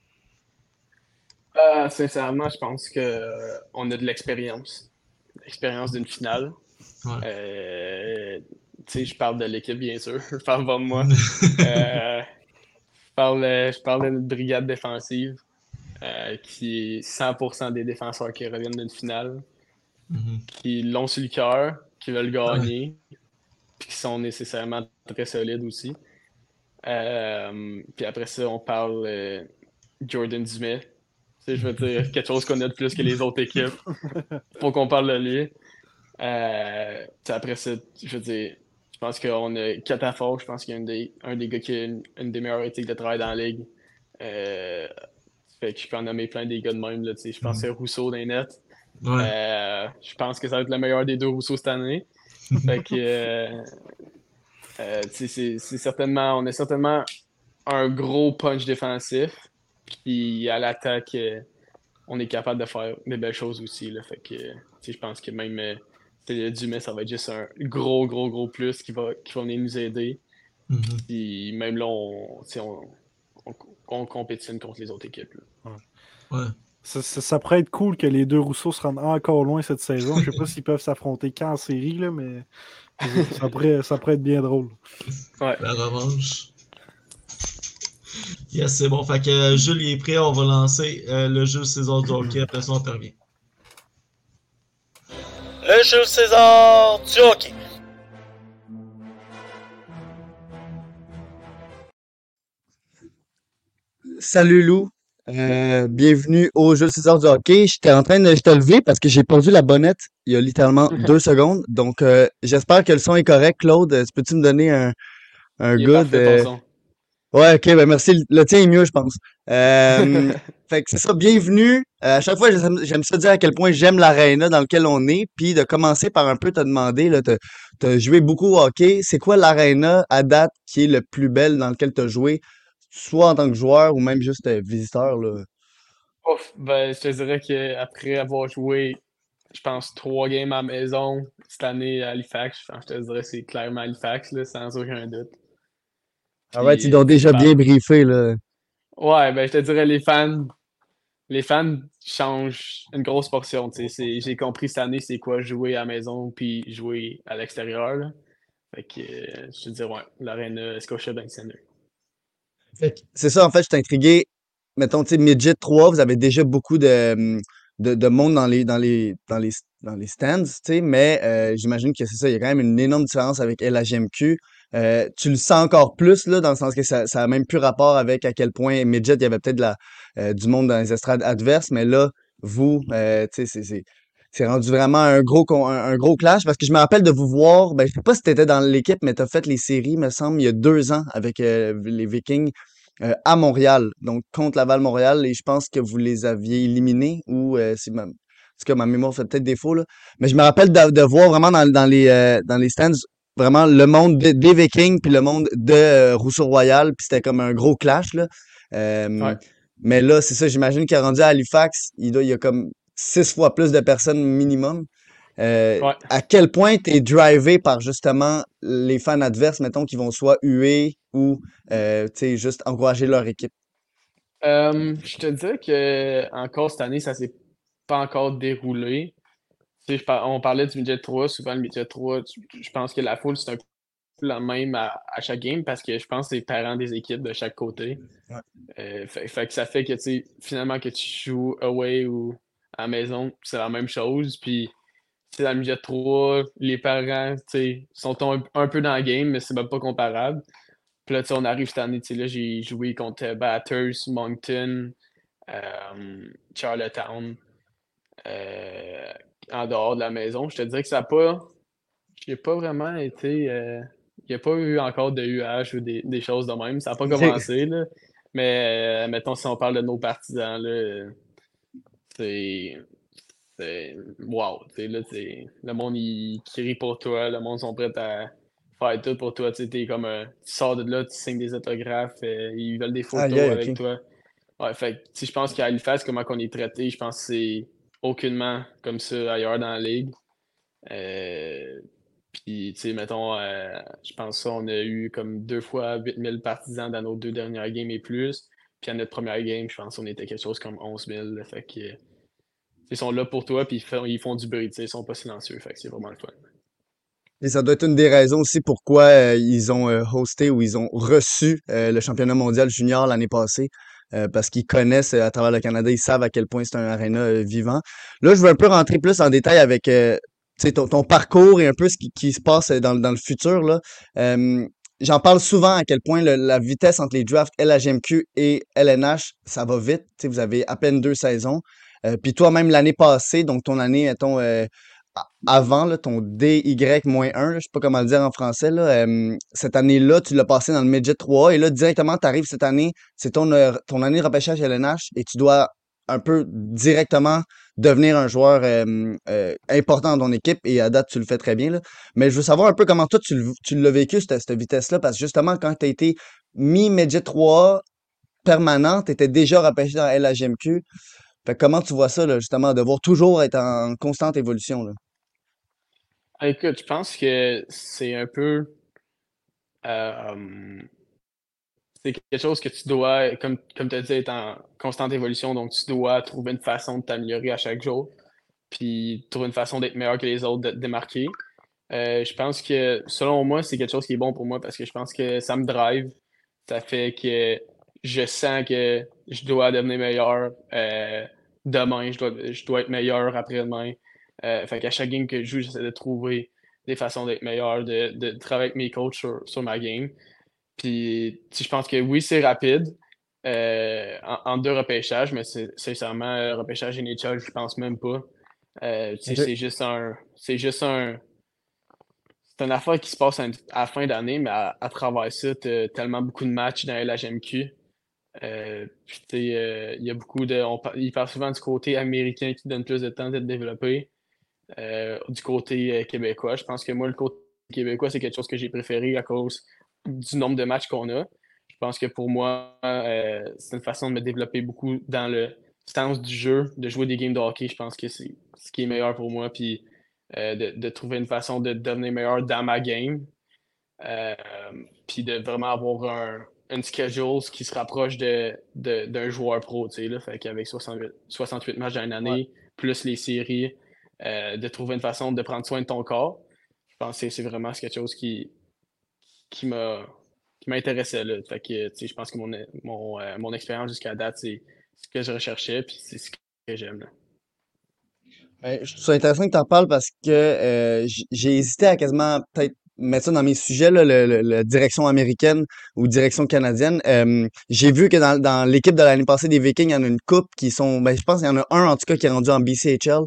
Euh, sincèrement, je pense que euh, on a de l'expérience. L'expérience d'une finale. Ouais. Euh, tu sais, je parle de l'équipe, bien sûr. Je parle pas de moi. Euh, je, parle, euh, je parle d'une brigade défensive euh, qui est cent pour cent des défenseurs qui reviennent d'une finale, Mhm. qui l'ont sur le cœur, qui veulent gagner, puis qui sont nécessairement très solides aussi. Euh, puis après ça, on parle euh, Jordan Dumais. Tu sais, je veux dire, quelque chose qu'on a de plus que les autres équipes. Faut qu'on parle de lui. Euh, tu sais, après ça, je veux dire, je pense qu'on a Catafort, je pense qu'il y a un des, un des gars qui a une, une des meilleures éthiques de travail dans la ligue. Euh, fait que je peux en nommer plein des gars de même. Là, tu sais, je pense que c'est Rousseau dans les nets. Ouais. Euh, je pense que ça va être le meilleur des deux Rousseau cette année. Fait que euh, euh, tu sais, c'est c'est certainement, on a certainement un gros punch défensif. Puis à l'attaque, euh, on est capable de faire des belles choses aussi. Là, fait que tu sais, je pense que même euh, tu sais, Dumais, ça va être juste un gros, gros, gros plus qui va, qui va venir nous aider. Mhm. Puis même là, on, tu sais, on, on, on compétitionne contre les autres équipes. là. Ouais. Ça, ça- ça pourrait être cool que les deux Rousseau se rendent encore loin cette saison. Je sais pas s'ils peuvent s'affronter qu'en série, là, mais ça pourrait, ça pourrait être bien drôle. Ouais. La revanche. Yes, c'est bon. Fait que euh, Jules il est prêt. On va lancer euh, le jeu César du hockey. Après ça, on te revient. Le jeu César du hockey. Salut Lou, Euh, bienvenue au jeu César du hockey. J'étais en train de te lever parce que j'ai perdu la bonnette il y a littéralement deux secondes. Donc euh, j'espère que le son est correct. Claude, Euh, peux-tu me donner un, un Il est good? parfait, ton euh, son. Ouais, ok, ben merci. Le le tien est mieux, je pense. Euh, fait que c'est ça, bienvenue. Euh, à chaque fois, j'aime j'aime ça dire à quel point j'aime l'aréna dans lequel on est, puis de commencer par un peu te demander, là, t'as, t'as joué beaucoup au hockey. C'est quoi l'aréna à date qui est le plus belle dans lequel t'as joué, soit en tant que joueur ou même juste euh, visiteur, là? Ouf, ben, je te dirais qu'après avoir joué, je pense, trois games à la maison cette année à Halifax, je pense que je te dirais que c'est clairement Halifax, là, sans aucun doute. Alright, ils Puis, t'ont euh, tu sais, je déjà bien parle. briefé, là. Ouais, ben, je te dirais les fans. Les fans changent une grosse portion. tu sais. C'est- J'ai compris cette année c'est quoi jouer à la maison puis jouer à l'extérieur. là. Fait que euh, je te dirais, ouais, l'Arena Scotiabank Center. Fait que c'est ça, en fait, je suis intrigué. Mettons, tu sais, Midget trois, vous avez déjà beaucoup de, hum, de, de monde dans les, dans les, dans les, dans les stands, tu sais, mais euh, j'imagine que c'est ça, il y a quand même une énorme différence avec L H M Q. Euh, tu le sens encore plus, là, dans le sens que ça, ça a même plus rapport avec à quel point Midget, il y avait peut-être de la, euh, du monde dans les estrades adverses, mais là, vous, euh, tu sais, c'est, c'est, c'est rendu vraiment un gros con- un, un gros clash parce que je me rappelle de vous voir, ben je sais pas si t'étais dans l'équipe, mais t'as fait les séries, me semble, il y a deux ans avec euh, les Vikings euh, à Montréal, donc contre Laval-Montréal, et je pense que vous les aviez éliminés ou euh, c'est ma, en tout cas, ma mémoire fait peut-être défaut là, mais je me rappelle de, de voir vraiment dans, dans les euh, dans les stands vraiment le monde de- des Vikings puis le monde de euh, Rousseau-Royal, puis c'était comme un gros clash là. Euh, Ouais. mais là, c'est ça, j'imagine qu'il est rendu à Halifax, il doit, il y a comme six fois plus de personnes minimum. Euh, Ouais. à quel point tu es drivé par justement les fans adverses, mettons, qui vont soit huer ou euh, tu sais, juste encourager leur équipe? Euh, je te dirais que encore cette année, ça s'est pas encore déroulé. Tu sais, je par- on parlait du midget trois, souvent le midget trois, tu- je pense que la foule, c'est un peu la même à, à chaque game parce que je pense que c'est les parents des équipes de chaque côté. Ouais. Euh, fait, fait que ça fait que, tu sais, finalement, que tu joues away ou à la maison, c'est la même chose. Puis, tu sais, dans le midget trois, les parents, tu sais, sont un, un peu dans le game, mais c'est même pas comparable. Puis là, tu sais, on arrive cette année, tu sais, là, j'ai joué contre Batters, Moncton, euh, Charlottetown, euh, en dehors de la maison. Je te dirais que ça n'a pas, j'ai pas vraiment été, euh, il n'y a pas eu encore de U H ou des, des choses de même. Ça n'a pas commencé, là. Mais, euh, mettons, si on parle de nos partisans, là, c'est, c'est, wow, tu sais, là, c'est, le monde, il crie pour toi, le monde sont prêts à faire tout pour toi, tu sais, t'es comme, un- tu sors de là, tu signes des autographes, euh, ils veulent des Aïe, photos aïe, avec ok. toi. Ouais, fait que, tu sais, je pense qu'à Halifax, comment on est traité, je pense que c'est aucunement comme ça ailleurs dans la ligue. Euh, Puis, tu sais, mettons, euh, je pense ça, on a eu comme deux fois huit mille partisans dans nos deux dernières games et plus. Puis à notre première game, je pense qu'on était quelque chose comme onze mille. Là. Fait que, ils sont là pour toi, puis ils font, ils font du bruit, tu sais, ils sont pas silencieux. Fait que c'est vraiment le fun. Et ça doit être une des raisons aussi pourquoi euh, ils ont euh, hosté ou ils ont reçu euh, le championnat mondial junior l'année passée. Euh, parce qu'ils connaissent euh, à travers le Canada, ils savent à quel point c'est un aréna euh, vivant. Là, je veux un peu rentrer plus en détail avec euh, tu sais, ton, ton parcours et un peu ce qui, qui se passe dans, dans le futur. Là. Euh, j'en parle souvent à quel point le- la vitesse entre les drafts L H M Q et L N H, ça va vite. Tu sais, vous avez à peine deux saisons. Euh, Puis toi-même, l'année passée, donc ton année, mettons, euh, a- avant, là, ton D Y un, je sais pas comment le dire en français, là, euh, cette année-là, tu l'as passé dans le Midget trois A et là, directement, tu arrives cette année, c'est ton, euh, ton année de repêchage L N H et tu dois un peu directement devenir un joueur euh, euh, important dans ton équipe et à date, tu le fais très bien. Là. Mais je veux savoir un peu comment toi, tu, le- tu l'as vécu, cette, cette vitesse-là, parce que justement, quand tu as été mi-Midget trois A permanent, tu étais déjà repêché dans L H M Q. Fait que comment tu vois ça, là, justement, devoir toujours être en constante évolution, là? Ah, écoute, je pense que c'est un peu. euh, c'est quelque chose que tu dois, comme, comme tu as dit, être en constante évolution. Donc, tu dois trouver une façon de t'améliorer à chaque jour. Puis, trouver une façon d'être meilleur que les autres, de te démarquer. Euh, je pense que, selon moi, c'est quelque chose qui est bon pour moi parce que je pense que ça me drive. Ça fait que je sens que je dois devenir meilleur euh, demain, je dois, je dois être meilleur après-demain. Euh, fait qu'à chaque game que je joue, j'essaie de trouver des façons d'être meilleur, de, de travailler avec mes coachs sur, sur ma game. Puis, tu sais, je pense que oui, c'est rapide euh, en, en deux repêchages, mais c'est sincèrement, euh, repêchage N H L, je pense même pas. Euh, tu sais, OK. c'est juste un. C'est juste un. C'est une affaire qui se passe à, une- à la fin d'année, mais à, à travers ça, tu as tellement beaucoup de matchs dans L H M Q. Euh, puis, tu sais, euh, il y a beaucoup de. On, par- il parle souvent du côté américain qui donne plus de temps d'être développé. Euh, du côté euh, québécois. Je pense que moi, le côté québécois, c'est quelque chose que j'ai préféré à cause du nombre de matchs qu'on a. Je pense que pour moi, euh, c'est une façon de me développer beaucoup dans le sens du jeu, de jouer des games de hockey. Je pense que c'est ce qui est meilleur pour moi. Puis euh, de, de trouver une façon de devenir meilleur dans ma game. Euh, puis de vraiment avoir un, une schedule qui se rapproche de, de- d'un joueur pro, tu sais, là. Fait qu'avec soixante-huit, soixante-huit matchs dans une Ouais. année, plus les séries, euh, de trouver une façon de prendre soin de ton corps. Je pense que c'est vraiment quelque chose qui, qui m'a qui m'intéressait, là. Fait que, tu sais, je pense que mon, mon, euh, mon expérience jusqu'à date, c'est ce que je recherchais, puis c'est ce que j'aime, là. Ben, je trouve ça intéressant que tu en parles parce que euh, j- j'ai hésité à quasiment peut-être mettre ça dans mes sujets, là, le, le- la direction américaine ou direction canadienne. Euh, j'ai vu que dans, dans l'équipe de l'année passée des Vikings, il y en a une coupe qui sont, ben, je pense qu'il y en a un en tout cas qui est rendu en B C H L.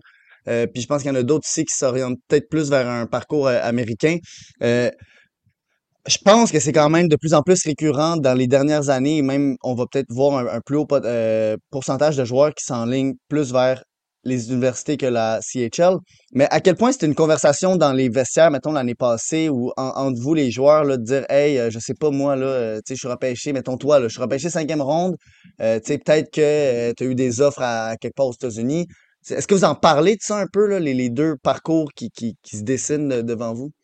Euh, puis je pense qu'il y en a d'autres ici qui s'orientent peut-être plus vers un parcours euh, américain. Euh, je pense que c'est quand même de plus en plus récurrent dans les dernières années, et même on va peut-être voir un, un plus haut pot- euh, pourcentage de joueurs qui s'enlignent plus vers les universités que la C H L. Mais à quel point c'était une conversation dans les vestiaires, mettons, l'année passée, ou en- entre vous, les joueurs, là, de dire, hey, euh, je sais pas, moi, là, euh, tu sais, je suis repêché, mettons toi, là, je suis repêché cinquième ronde, euh, tu sais, peut-être que tu as eu des offres à, à quelque part aux États-Unis. C'est- Est-ce que vous en parlez de ça un peu, là, les, les deux parcours qui, qui, qui se dessinent euh, devant vous?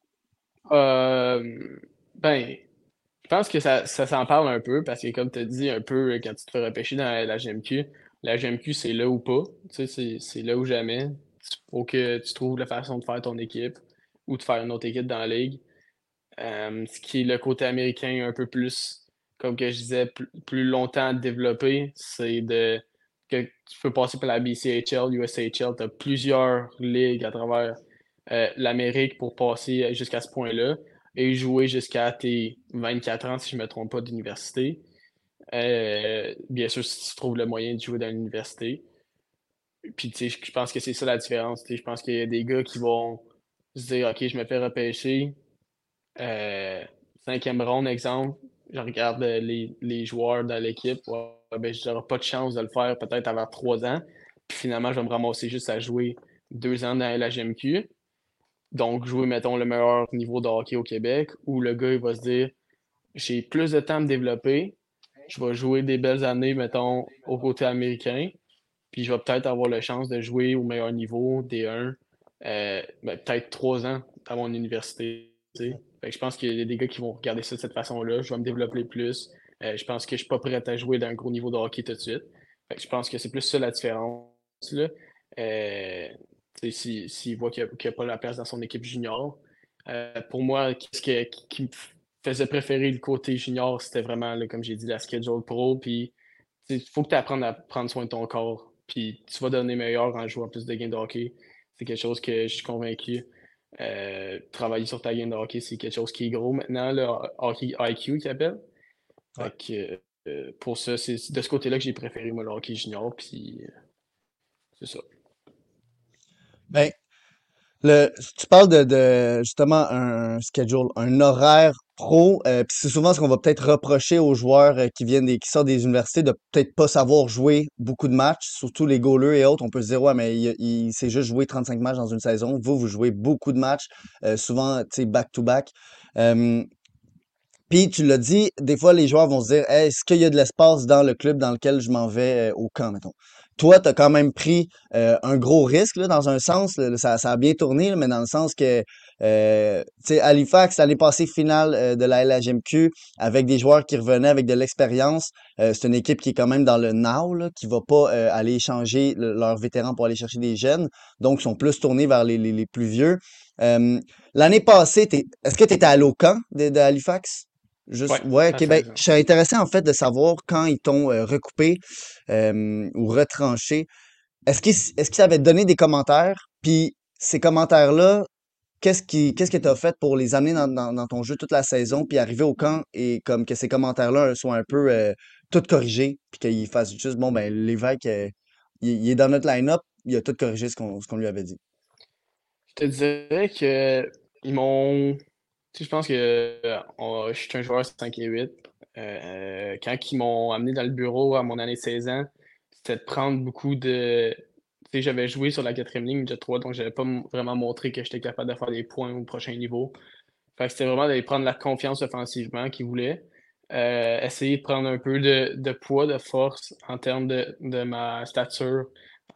Euh, ben, je pense que ça, ça s'en parle un peu parce que, comme tu as dit, un peu quand tu te fais repêcher dans la, la G M Q, la G M Q, c'est là ou pas. Tu sais, c'est, c'est là ou jamais. Il faut que tu trouves la façon de faire ton équipe ou de faire une autre équipe dans la ligue. Euh, ce qui est le côté américain un peu plus, comme que je disais, plus, plus longtemps à développer, c'est de que tu peux passer par la B C H L, U S H L, tu as plusieurs ligues à travers euh, l'Amérique pour passer jusqu'à ce point-là et jouer jusqu'à tes vingt-quatre ans, si je ne me trompe pas, d'université. Euh, bien sûr, si tu trouves le moyen de jouer dans l'université. Puis, tu sais, je pense que c'est ça la différence. Tu sais, je pense qu'il y a des gars qui vont se dire, OK, je me fais repêcher. Euh, cinquième ronde, exemple, je regarde euh, les, les joueurs dans l'équipe. Ouais, ben, je n'aurai pas de chance de le faire peut-être avant trois ans. Puis finalement, je vais me ramasser juste à jouer deux ans dans la G M Q. Donc, jouer, mettons, le meilleur niveau de hockey au Québec, où le gars, il va se dire, j'ai plus de temps à me développer, je vais jouer des belles années, mettons, au côté américain, puis je vais peut-être avoir la chance de jouer au meilleur niveau, D un, euh, ben, peut-être trois ans à mon université. Tu sais. Fait que je pense qu'il y a des gars qui vont regarder ça de cette façon-là. Je vais me développer plus. Euh, je pense que je suis pas prêt à jouer d'un gros niveau de hockey tout de suite. Fait que je pense que c'est plus ça la différence. Là. Euh, tu sais, si, s'il voit qu'il n'y a, a, pas la place dans son équipe junior. Euh, pour moi, qu'est-ce que, qui, qui me faisait préférer le côté junior, c'était vraiment, là, comme j'ai dit, la schedule pro. Puis il faut que tu apprennes à prendre soin de ton corps. Puis tu vas devenir meilleur en jouant plus de games de hockey. C'est quelque chose que je suis convaincu. Euh, travailler sur ta game de hockey, c'est quelque chose qui est gros maintenant, le hockey I Q qu'ils appellent. Ouais. Fait que euh, pour ça, c'est de ce côté-là que j'ai préféré moi, le hockey junior. Puis euh, c'est ça. Ben, Le, tu parles de, de justement un schedule, un horaire pro, euh, puis c'est souvent ce qu'on va peut-être reprocher aux joueurs euh, qui viennent des, qui sortent des universités de peut-être pas savoir jouer beaucoup de matchs, surtout les goalers et autres. On peut se dire ouais, mais il, il s'est juste joué trente-cinq matchs dans une saison. Vous, vous jouez beaucoup de matchs, euh, souvent tu sais back to back. Euh, Puis tu l'as dit, des fois les joueurs vont se dire hey, est-ce qu'il y a de l'espace dans le club dans lequel je m'en vais euh, au camp, mettons. Toi, tu as quand même pris euh, un gros risque là, dans un sens. Là, ça, ça a bien tourné, là, mais dans le sens que euh, tu sais, Halifax, allait passer finale euh, de la L H M Q avec des joueurs qui revenaient avec de l'expérience. Euh, c'est une équipe qui est quand même dans le now, là, qui va pas euh, aller échanger le- leurs vétérans pour aller chercher des jeunes. Donc, ils sont plus tournés vers les, les, les plus vieux. Euh, L'année passée, t'es- est-ce que tu étais à l'O-Camp de, de Halifax? Juste, Ouais, ouais, à ok, ben, seize ans. je serais intéressé en fait de savoir quand ils t'ont euh, recoupé euh, ou retranché. Est-ce qu'ils est-ce qu'ils avaient donné des commentaires? Puis ces commentaires-là, qu'est-ce qui qu'est-ce que tu as fait pour les amener dans, dans, dans ton jeu toute la saison, puis arriver au camp et comme que ces commentaires-là soient un peu euh, tout corrigés, puis qu'ils fassent juste bon ben l'évêque euh, il, il est dans notre line-up, il a tout corrigé ce qu'on ce qu'on lui avait dit. Je te dirais que ils m'ont. Tu sais, je pense que euh, on- je suis un joueur cinq et huit. Euh, quand ils m'ont amené dans le bureau à mon année de seize ans, c'était de prendre beaucoup de. Tu sais, j'avais joué sur la quatrième ligne de trois, donc j'avais pas m- vraiment montré que j'étais capable de faire des points au prochain niveau. Fait que c'était vraiment d'aller prendre la confiance offensivement qu'ils voulaient. Euh, essayer de prendre un peu de, de poids, de force en termes de, de ma stature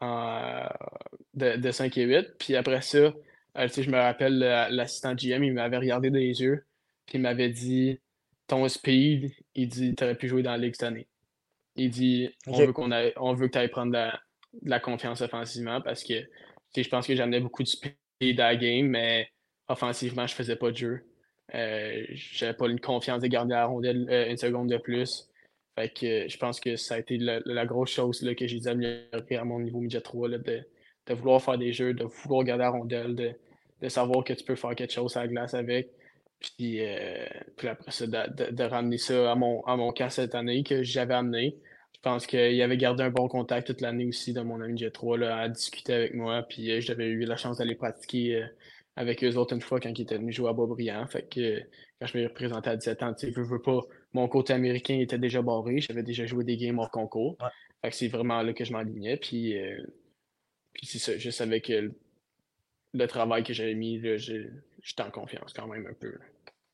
en, de, de cinq et huit. Puis après ça, euh, tu sais, je me rappelle, le- l'assistant G M, il m'avait regardé dans les yeux, puis il m'avait dit, ton speed, il dit, t'aurais pu jouer dans la Ligue cette année. Il dit, on OK. veut qu'on aille, on veut que tu ailles prendre de la, de la confiance offensivement parce que, tu sais, je pense que j'amenais beaucoup de speed à la game, mais offensivement, je faisais pas de jeu. Euh, j'avais pas une confiance de garder la rondelle euh, une seconde de plus. Fait que euh, je pense que ça a été la, la grosse chose là, que j'ai dû améliorer à mon niveau midget trois, là, de, de vouloir faire des jeux, de vouloir garder la rondelle, de, de savoir que tu peux faire quelque chose à la glace avec. Puis, euh, puis après ça, de, de, de ramener ça à mon, à mon camp cette année que j'avais amené. Je pense qu'il avait gardé un bon contact toute l'année aussi de mon ami J trois là, à discuter avec moi. Puis euh, j'avais eu la chance d'aller pratiquer euh, avec eux autres une fois quand ils étaient venus jouer à Boisbriand. Fait que euh, quand je me représentais à dix-sept ans, tu sais, veux, veux pas, mon côté américain était déjà barré. J'avais déjà joué des games hors concours. Ouais. Fait que c'est vraiment là que je m'alignais. Puis, euh, puis c'est ça, je savais que le, le travail que j'avais mis, là, j'ai- j'étais en confiance quand même un peu. là.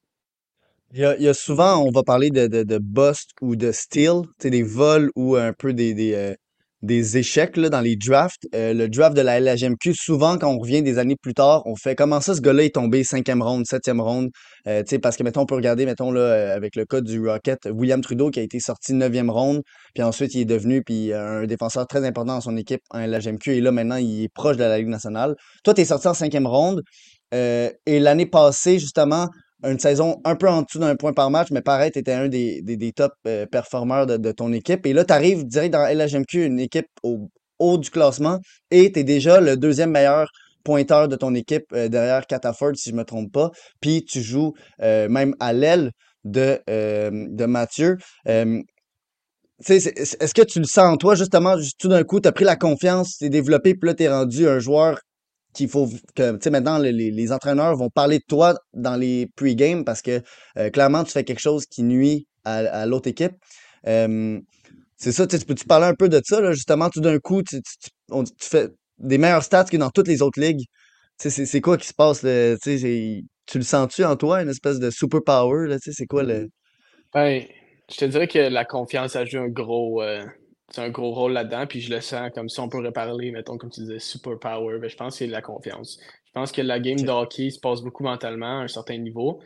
Il y a, il y a souvent, on va parler de, de, de bust ou de steal, tu sais, des vols ou un peu des, des, euh, des échecs là, dans les drafts. Euh, le draft de la L H M Q, souvent, quand on revient des années plus tard, on fait comment ça, ce gars-là est tombé cinquième ronde, septième ronde. Euh, tu sais, parce que, mettons, on peut regarder, mettons, là, euh, avec le cas du Rocket, William Trudeau qui a été sorti neuvième ronde, puis ensuite, il est devenu puis euh, un défenseur très important dans son équipe en L H M Q, et là, maintenant, il est proche de la Ligue nationale. Toi, tu es sorti en cinquième ronde, euh, et l'année passée, justement, une saison un peu en dessous d'un point par match, mais pareil, tu étais un des, des, des top euh, performeurs de, de ton équipe. Et là, tu arrives direct dans L H M Q, une équipe au haut du classement, et tu es déjà le deuxième meilleur pointeur de ton équipe euh, derrière Cataford, si je me trompe pas. Puis tu joues euh, même à l'aile de, euh, de Mathieu. Euh, tu sais, c'est- est-ce que tu le sens en toi, justement, juste tout d'un coup, tu as pris la confiance, t'es développé, puis là, tu es rendu un joueur qu'il faut v- que, tu sais, maintenant, les, les- les entraîneurs vont parler de toi dans les pre-games parce que euh, clairement, tu fais quelque chose qui nuit à, à l'autre équipe. Euh, c'est ça, tu sais, tu peux-tu parler un peu de ça, là, justement, tout d'un coup, tu, tu- tu- on- tu fais des meilleurs stats que dans toutes les autres ligues. Tu sais, c'est c'est quoi qui se passe, là? Tu sais, c'est- tu le sens-tu en toi, une espèce de super power, là, tu sais, c'est quoi le... Ben, je te dirais que la confiance a joué un gros, euh, c'est un gros rôle là-dedans, puis je le sens comme si on pourrait parler, mettons, comme tu disais, super power, ben, je pense que c'est de la confiance. Je pense que la game de Ok. hockey se passe beaucoup mentalement à un certain niveau.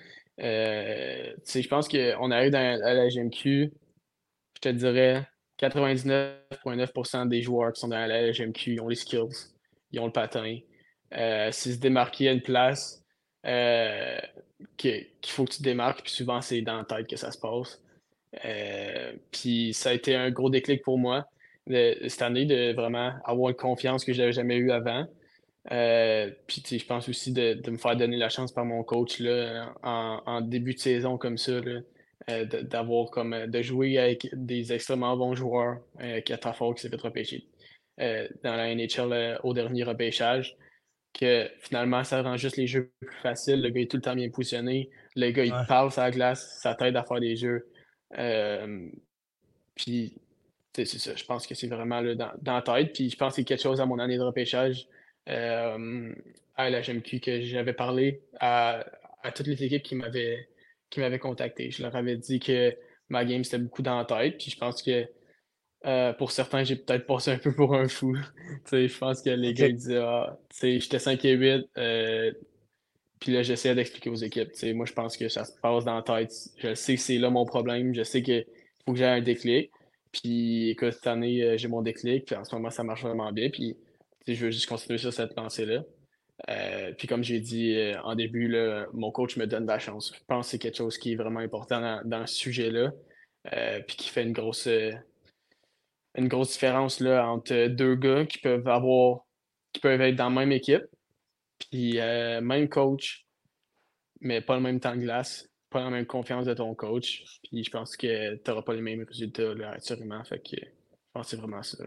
Euh, tu sais, je pense qu'on arrive dans, à la G M Q, je te dirais quatre-vingt-dix-neuf virgule neuf pour cent des joueurs qui sont dans la G M Q, ils ont les skills, ils ont le patin. Euh, si se démarquer à une place, euh, que- qu'il faut que tu te démarques, puis souvent c'est dans la tête que ça se passe. Euh, puis ça a été un gros déclic pour moi de- cette année de vraiment avoir une confiance que je n'avais jamais eue avant. Euh, puis tu sais, je pense aussi de, de me faire donner la chance par mon coach là, en, en début de saison comme ça, là, euh, de- d'avoir comme euh, de jouer avec des extrêmement bons joueurs, euh, qui a fort qui s'est fait repêcher euh, dans la N H L euh, au dernier repêchage, que finalement ça rend juste les jeux plus faciles. Le gars est tout le temps bien positionné, le gars il Ouais. parle sur la glace, ça t'aide à faire des jeux. Euh, puis tu sais, c'est ça, je pense que c'est vraiment là, dans, dans la tête. Puis je pense que c'est quelque chose à mon année de repêchage euh, à la G M Q que j'avais parlé à, à toutes les équipes qui m'avaient qui m'avaient contacté. Je leur avais dit que ma game c'était beaucoup dans la tête. Puis je pense que euh, pour certains, j'ai peut-être passé un peu pour un fou. Tu sais, je pense que les gars Ok. ils disaient ah, tu sais, j'étais cinq et huit. Euh, puis là, j'essayais d'expliquer aux équipes. Tu sais, moi, je pense que ça se passe dans la tête. Je sais que c'est là mon problème. Je sais qu'il faut que j'ai un déclic. Puis, écoute, cette année, euh, j'ai mon déclic. Puis en ce moment, ça marche vraiment bien. Puis, tu sais, je veux juste continuer sur cette lancée-là. Euh, puis, comme j'ai dit euh, en début, là, mon coach me donne de la chance. Je pense que c'est quelque chose qui est vraiment important dans, dans ce sujet-là. Euh, puis qui fait une grosse, euh, une grosse différence là, entre deux gars qui peuvent avoir, qui peuvent être dans la même équipe. Puis, euh, même coach mais pas le même temps de glace, pas la même confiance de ton coach. Puis je pense que tu n'auras pas les mêmes résultats là, actuellement. Fait que je pense que c'est vraiment ça.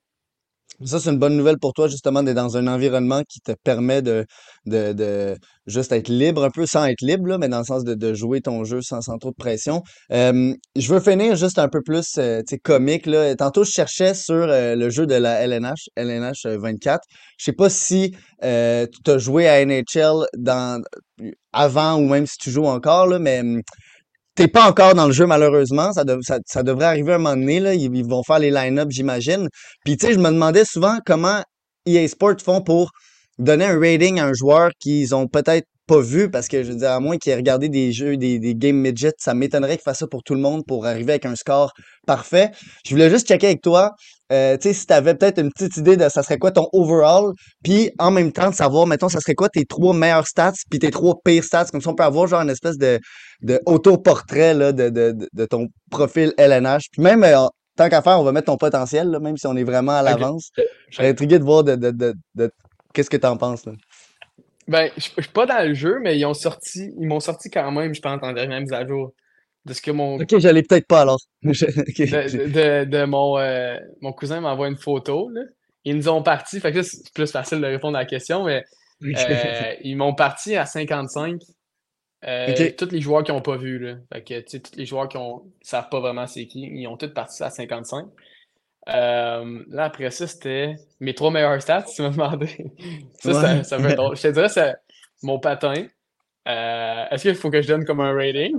Ça, c'est une bonne nouvelle pour toi, justement, d'être dans un environnement qui te permet de, de, de juste être libre, un peu sans être libre, là, mais dans le sens de, de jouer ton jeu sans, sans trop de pression. Euh, je veux finir juste un peu plus euh, tu sais, comique, là. Tantôt, je cherchais sur euh, le jeu de la L N H, L N H vingt-quatre. Je sais pas si euh, tu as joué à N H L dans, avant ou même si tu joues encore, là, mais hum, t'es pas encore dans le jeu, malheureusement. Ça, dev- ça, ça devrait arriver un moment donné, là. Ils, ils vont faire les line-up, j'imagine. Puis, tu sais, je me demandais souvent comment E A Sports font pour donner un rating à un joueur qu'ils ont peut-être pas vu, parce que, je veux dire, à moins qu'ils aient regardé des jeux, des, des games midget, ça m'étonnerait qu'ils fassent ça pour tout le monde pour arriver avec un score parfait. Je voulais juste checker avec toi, euh, tu sais, si t'avais peut-être une petite idée de ça serait quoi ton overall, puis en même temps de savoir, mettons, ça serait quoi tes trois meilleurs stats, puis tes trois pires stats, comme ça on peut avoir genre une espèce de de autoportrait là, de, de, de, de ton profil L N H. Puis même, euh, tant qu'à faire, on va mettre ton potentiel, là, même si on est vraiment à OK. l'avance. Je serais intrigué de voir de, de, de, de- qu'est-ce que t'en penses. Là. Ben, je je suis pas dans le jeu, mais ils ont sorti, ils m'ont sorti quand même, je pense, en dernière mise à jour. de ce que mon Ok, je l'ai peut-être pas alors. Je- ok, de, j'ai- de, de, de mon, euh, mon cousin m'envoie une photo, là. Ils nous ont parti, fait que là, c'est plus facile de répondre à la question, mais ok. euh, ils m'ont parti à cinquante-cinq. Euh, Ok. tous les joueurs qui n'ont pas vu, là. Fait que, tu sais, tous les joueurs qui ont, savent pas vraiment c'est qui, ils ont tous parti à cinquante-cinq. Euh, là, après ça, c'était mes trois meilleurs stats, tu m'as demandé. Ça, ça, Ouais. ça va être drôle. Je te dirais, c'est mon patin. Euh, est-ce qu'il faut que je donne comme un rating?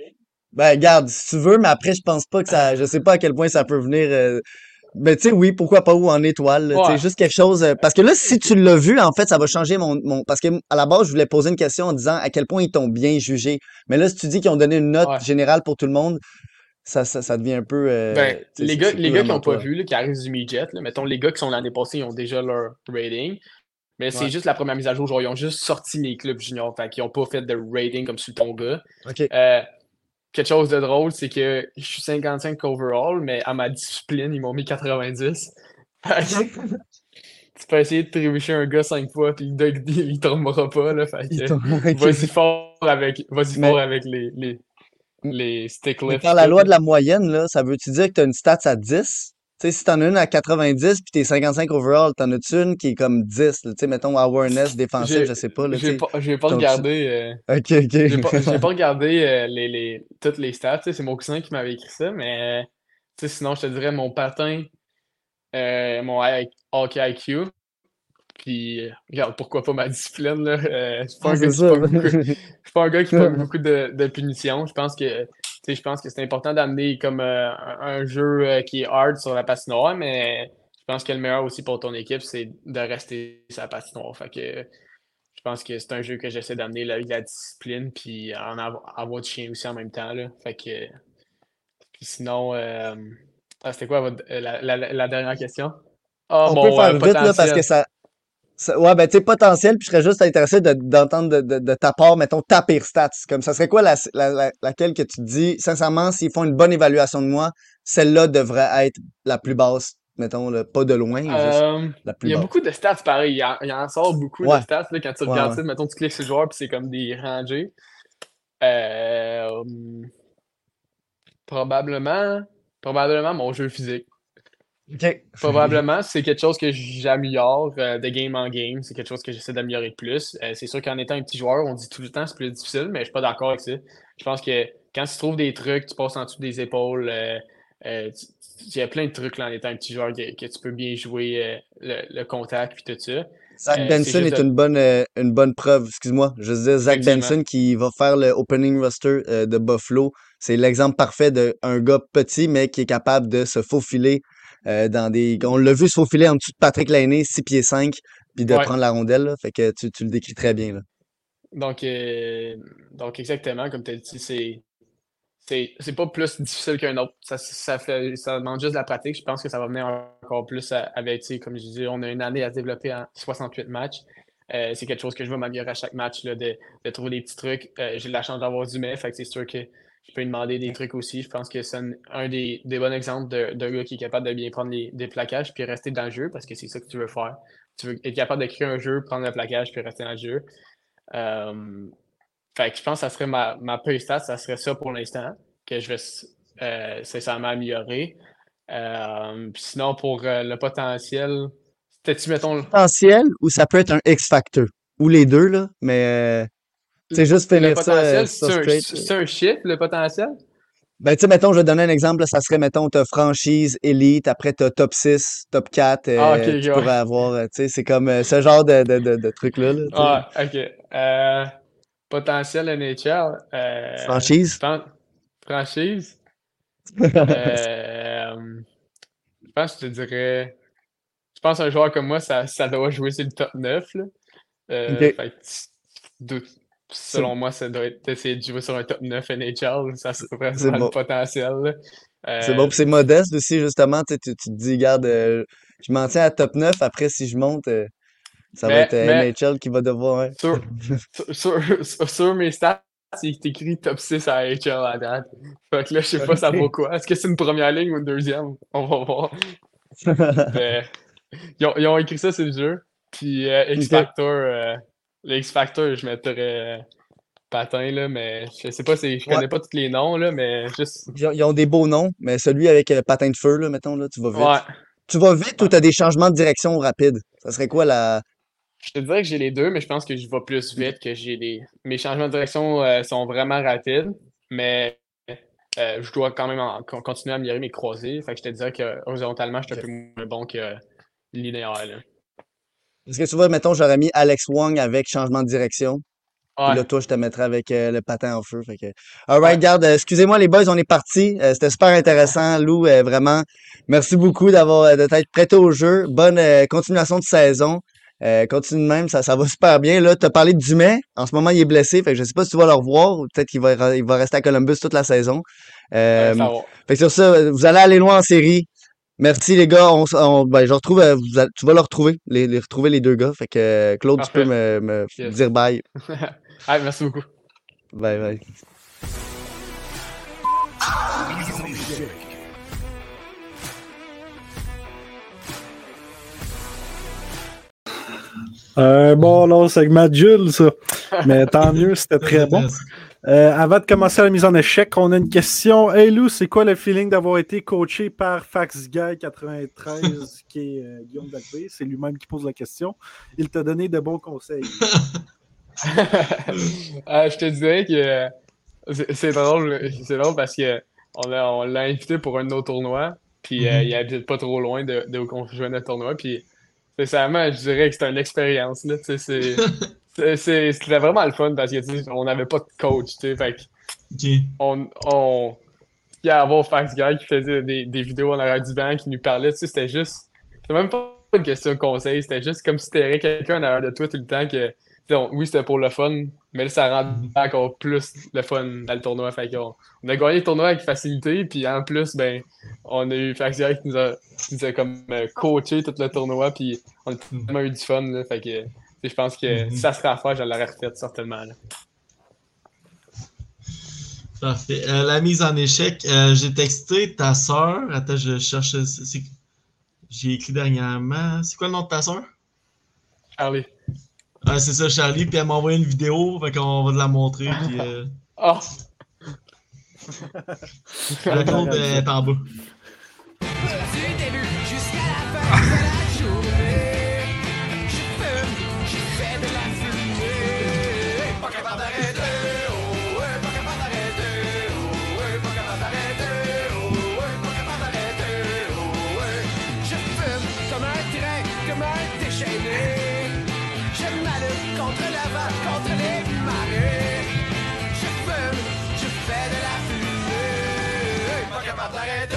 Ben, garde, si tu veux, mais après, je pense pas que ça. Je sais pas à quel point ça peut venir. euh, Ben, tu sais, oui, pourquoi pas, ou en étoile, là, tu sais, Ouais, juste quelque chose. euh, Parce que là, si tu l'as vu, en fait, ça va changer mon, mon. Parce que à la base, je voulais poser une question en disant à quel point ils t'ont bien jugé. Mais là, si tu dis qu'ils ont donné une note ouais. générale pour tout le monde, ça, ça, ça devient un peu. euh, Ben, Tu sais, les c'est gars, c'est les plus gars qui vraiment n'ont pas toi. vu, là, qui arrivent du midget, là, mettons, les gars qui sont l'année passée, ils ont déjà leur rating. Mais c'est Ouais. juste la première mise à jour. Genre, ils ont juste sorti les clubs juniors. Fait qu'ils n'ont pas fait de rating comme sur ton gars. OK. Euh, quelque chose de drôle, c'est que je suis cinquante-cinq overall, mais à ma discipline, ils m'ont mis quatre-vingt-dix. Fait que tu peux essayer de trébucher un gars cinq fois, puis il, il, il tombera pas, là. Fait Ils que t'ont. OK. vas-y fort avec, vas-y Mais, fort avec les, les, les stick mais lifts par pis la tout, loi là. de la moyenne, là, ça veut-tu dire que t'as une stats à dix? Tu sais, si t'en as une à quatre-vingt-dix puis t'es cinquante-cinq overall, t'en as-tu une qui est comme dix, là, tu sais, mettons awareness, défensif, je J'ai, sais pas, là, tu j'ai sais. pas, j'ai pas T'ont-tu- regardé, euh, OK, j'ai pas, j'ai OK. pas regardé euh, les, les, toutes les stats, tu sais, c'est mon cousin qui m'avait écrit ça, mais, tu sais, sinon, je te dirais mon patin, euh, mon I- hockey I Q, puis, euh, regarde, pourquoi pas ma discipline, là. Euh, je suis pas Ah, un gars c'est qui ça. pogne beaucoup, je suis pas un gars qui pogne beaucoup de, de punitions. Je pense que, tu sais, je pense que c'est important d'amener comme euh, un, un jeu euh, qui est hard sur la patinoire, mais je pense que le meilleur aussi pour ton équipe, c'est de rester sur la patinoire. Fait que je pense que c'est un jeu que j'essaie d'amener là, avec la discipline, puis en avoir, avoir du chien aussi en même temps, là. Fait que, puis sinon, euh, ah, c'était quoi votre- la, la, la dernière question? Ah, On peut mon euh, faire vite, là, parce que potentiel. ça, ça- ouais, ben, tu sais, potentiel, puis je serais juste intéressé de- d'entendre de, de, de ta part, mettons, ta pire stats. Comme ça serait quoi la, la, la- laquelle que tu te dis, sincèrement, s'ils font une bonne évaluation de moi, celle-là devrait être la plus basse, mettons, là, pas de loin, juste Euh, la plus il y a basse. beaucoup de stats pareil. Il en, il en sort beaucoup de Ouais, stats là, quand tu ouais, regardes ouais. ça. Mettons, tu cliques sur le joueur puis c'est comme des rangées. Euh, probablement, probablement mon jeu physique. OK. Probablement, c'est quelque chose que j'améliore euh, de game en game. C'est quelque chose que j'essaie d'améliorer de plus. Euh, c'est sûr qu'en étant un petit joueur, on dit tout le temps que c'est plus difficile, mais je suis pas d'accord avec ça. Je pense que quand tu trouves des trucs, tu passes en dessous des épaules, euh, euh, tu- tu- il y a plein de trucs là, en étant un petit joueur que, que tu peux bien jouer euh, le, le contact puis tout ça. Zach Euh, c'est Benson juste est de... une bonne, euh, une bonne preuve. Excuse-moi. Je disais Zach Effectivement. Benson qui va faire le opening roster euh, de Buffalo. C'est l'exemple parfait d'un gars petit, mais qui est capable de se faufiler euh, dans des. On l'a vu se faufiler en dessous de Patrick Laine, six pieds cinq, puis de Ouais. prendre la rondelle. Là. Fait que tu, tu le décris très bien. Là. Donc, euh, donc exactement, comme tu as dit, c'est. C'est, c'est pas plus difficile qu'un autre. Ça, ça, fait, ça demande juste de la pratique. Je pense que ça va venir encore plus à- avec, tu sais, comme je disais, on a une année à se développer en soixante-huit matchs. Euh, c'est quelque chose que je veux m'améliorer à chaque match, là, de, de trouver des petits trucs. Euh, j'ai de la chance d'avoir du mai, fait que c'est sûr que je peux lui demander des trucs aussi. Je pense que c'est un, un des, des bons exemples de- d'un gars qui est capable de bien prendre les, des plaquages puis rester dans le jeu parce que c'est ça que tu veux faire. Tu veux être capable de créer un jeu, prendre le plaquage puis rester dans le jeu. Euh, fait que je pense que ça serait ma, ma pire stat, ça serait ça pour l'instant, que je vais euh, sincèrement améliorer. Euh, puis sinon, pour euh, le potentiel, c'était-tu, mettons, le, Potentiel ou ça peut être un X-Factor. Ou les deux, là. Mais euh, tu sais, juste le finir ça, euh, potentiel, ça c'est un, straight. là. c'est un chiffre, le potentiel? Ben, tu sais, mettons, je vais te donner un exemple. Là, ça serait, mettons, t'as franchise, élite, après t'as top six, top quatre. Ah, ok, euh, tu ok, ouais. pourrais avoir, euh, tu sais, c'est comme euh, ce genre de, de, de, de truc-là. Là, tu sais. Ah, ok. Euh, potentiel N H L, euh, je Franchise. pense, franchise, euh, je pense que je te dirais, je pense qu'un joueur comme moi, ça, ça doit jouer sur le top neuf, là. Euh, OK. fait que tu- de- C'est selon moi, ça doit être d'essayer de jouer sur un top neuf N H L. Ça c'est- serait c'est vraiment le bon. potentiel, là. C'est bon. Euh, Puis c'est modeste aussi, justement. Tu, sais, tu tu te dis, regarde, euh, je m'en tiens à top neuf. Après, si je monte, euh, ça va mais être euh, mais N H L qui va devoir. Hein. sur, sur, sur, sur mes stats, il est écrit top six à N H L à date. Fait que là, je sais pas ça vaut OK. quoi. Est-ce que c'est une première ligne ou une deuxième? On va voir. Mais ils ont, ils ont écrit ça sur le jeu. Puis euh, X OK. Factor, euh, le X Factor, je mettrais patins, là, mais je sais pas, c'est, je Ouais. connais pas tous les noms, là, mais juste. Ils ont, ils ont des beaux noms, mais celui avec le patin de feu, là, mettons, là, tu vas vite. Ouais. Tu vas vite ou Ouais. t'as des changements de direction rapides? Ça serait quoi la. Je te dirais que j'ai les deux, mais je pense que je vais plus vite que j'ai les. Mes changements de direction euh, sont vraiment rapides, mais euh, je dois quand même en- con- continuer à améliorer mes croisés. Fait que je te dirais que horizontalement, je suis un Ok. peu moins bon que euh, linéaire, là. Est-ce que tu vois, mettons, j'aurais mis Alex Wong avec changement de direction. Puis Ouais, là, toi, je te mettrais avec euh, le patin en feu. Fait que... Alright, ouais. garde, euh, excusez-moi les boys, on est partis. Euh, c'était super intéressant. Lou, euh, vraiment, merci beaucoup d'avoir euh, de t'être prêté au jeu. Bonne euh, continuation de saison. Euh, continue de même, ça, ça va super bien. Là, tu as parlé de Dumais. En ce moment, il est blessé. Fait que je sais pas si tu vas le revoir ou peut-être qu'il va, re- il va rester à Columbus toute la saison. Euh, Euh, ça va. fait que sur ça, vous allez aller loin en série. Merci les gars. On, s- on- ben, je retrouve, euh, vous allez- tu vas le retrouver, les, les retrouver les deux gars. Fait que euh, Claude, tu peux Parfait. me, me Yes. dire bye. Ah, merci beaucoup. Bye bye. Mise en échec. Un bon long segment de Jules, ça. Mais tant mieux, c'était très bon. Euh, avant de commencer la mise en échec, on a une question. Hey Lou, c'est quoi le feeling d'avoir été coaché par Fax Guy quatre-vingt-treize, qui est euh, Guillaume Dalpé? C'est lui-même qui pose la question. Il t'a donné de bons conseils. Euh, je te dirais que euh, c'est c'est drôle, c'est drôle parce que on l'a on l'a invité pour un autre tournoi, puis euh, Mhm. il habite pas trop loin de, de où on jouait notre tournoi, puis sincèrement, je dirais que c'était une expérience, là, tu sais, c'est, c'est, c'est- c'était vraiment le fun parce que, tu sais, on n'avait pas de coach, tu sais, fait que Ok. on, on, il y a avoir Fax Guy qui faisait des, des vidéos en arrière du banc, qui nous parlait, tu sais, c'était juste, c'était même pas une question de conseil, c'était juste comme si t'avais quelqu'un en arrière de toi tout le temps que, tu sais, on- oui, c'était pour le fun, mais là, ça rendait encore plus le fun dans le tournoi, fait qu'on on a gagné le tournoi avec facilité, puis en plus, ben, on a eu Fax Guy qui nous a, qui nous a comme euh, coaché tout le tournoi, puis on a tellement eu du fun, là, fait que, tu sais, je pense que Mhm. si ça serait à faire, je l'aurais refait certainement, là. Parfait. Euh, la mise en échec, euh, j'ai texté ta sœur. Attends, je cherche. c'est- c'est- J'ai écrit dernièrement. C'est quoi le nom de ta sœur? Charlie. Ah, c'est ça, Charlie. Puis elle m'a envoyé une vidéo. Fait qu'on va te la montrer. Puis euh, Ah! le compte est en bas. Du début jusqu'à la fin de la journée, je fume, je fais de la fumée. Pas capable d'arrêter, oh ouais, pas capable d'arrêter, oh ouais, pas capable d'arrêter, oh ouais, pas capable d'arrêter, oh ouais. Je fume comme un train, comme un déchaîné. Je m'allume contre la vague, contre les marées. Je fume, je fais de la fumée. Pas capable d'arrêter.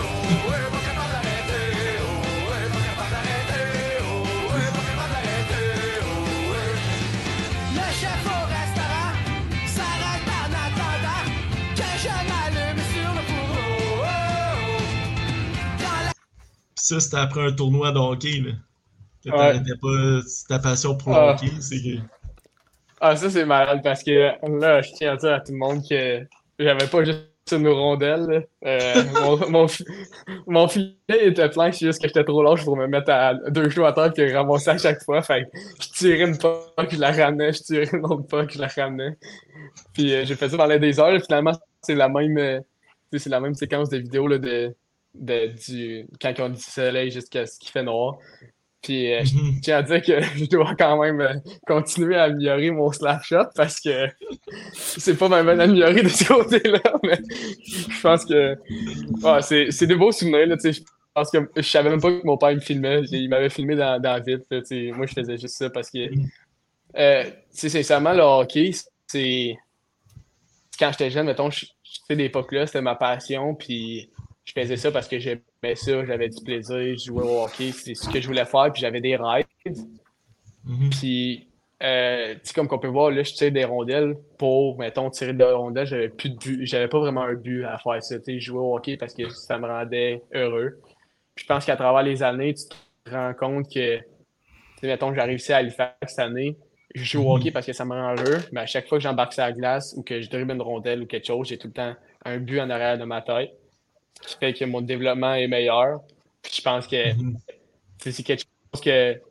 Puis ça, c'était après un tournoi de hockey. Là. Que Ouais. t'arrêtais pas. C'est ta passion pour le Ah. hockey. C'est que. Ah, ça, c'est malade parce que là, je tiens à dire à tout le monde que j'avais pas juste une rondelle. là. Euh, mon, mon, fi- mon filet était plein, c'est juste que j'étais trop large pour me mettre à deux genoux à terre et ramasser à chaque fois. Fait que je tirais une puck, je la ramenais, je tirais une autre puck, je la ramenais. Puis euh, j'ai fait ça pendant des heures. Finalement, c'est la même, euh, tu sais, c'est la même séquence de vidéos là, de, de, du, quand on dit soleil jusqu'à ce qu'il fait noir. Puis euh, je Mhm. tiens à dire que je dois quand même euh, continuer à améliorer mon slap shot parce que c'est pas vraiment amélioré de ce côté-là, mais je pense que ouais, c'est, c'est des beaux souvenirs. Là, tu sais, je pense que je savais même pas que mon père me filmait. Il m'avait filmé dans, dans la vitre. Là, tu sais. Moi, je faisais juste ça parce que, euh, tu sais, sincèrement, le hockey, c'est. Quand j'étais jeune, mettons, je- cette époque-là, c'était ma passion. Puis je faisais ça parce que j'aimais ça, j'avais du plaisir, je jouais au hockey, c'est ce que je voulais faire, puis j'avais des rêves. Mhm. Puis, euh, tu sais, comme qu'on peut voir, là, je tire des rondelles pour, mettons, tirer des rondelles, j'avais plus de but, j'avais pas vraiment un but à faire ça. Tu sais, je jouais au hockey parce que ça me rendait heureux. Puis je pense qu'à travers les années, tu te rends compte que, tu sais, mettons, j'ai réussi à Halifax cette année, je joue au hockey parce que ça me rend heureux, mais à chaque fois que j'embarque sur la glace ou que je dribble une rondelle ou quelque chose, j'ai tout le temps un but en arrière de ma tête, ce qui fait que mon développement est meilleur. Puis je pense que Mhm. tu sais, c'est quelque chose que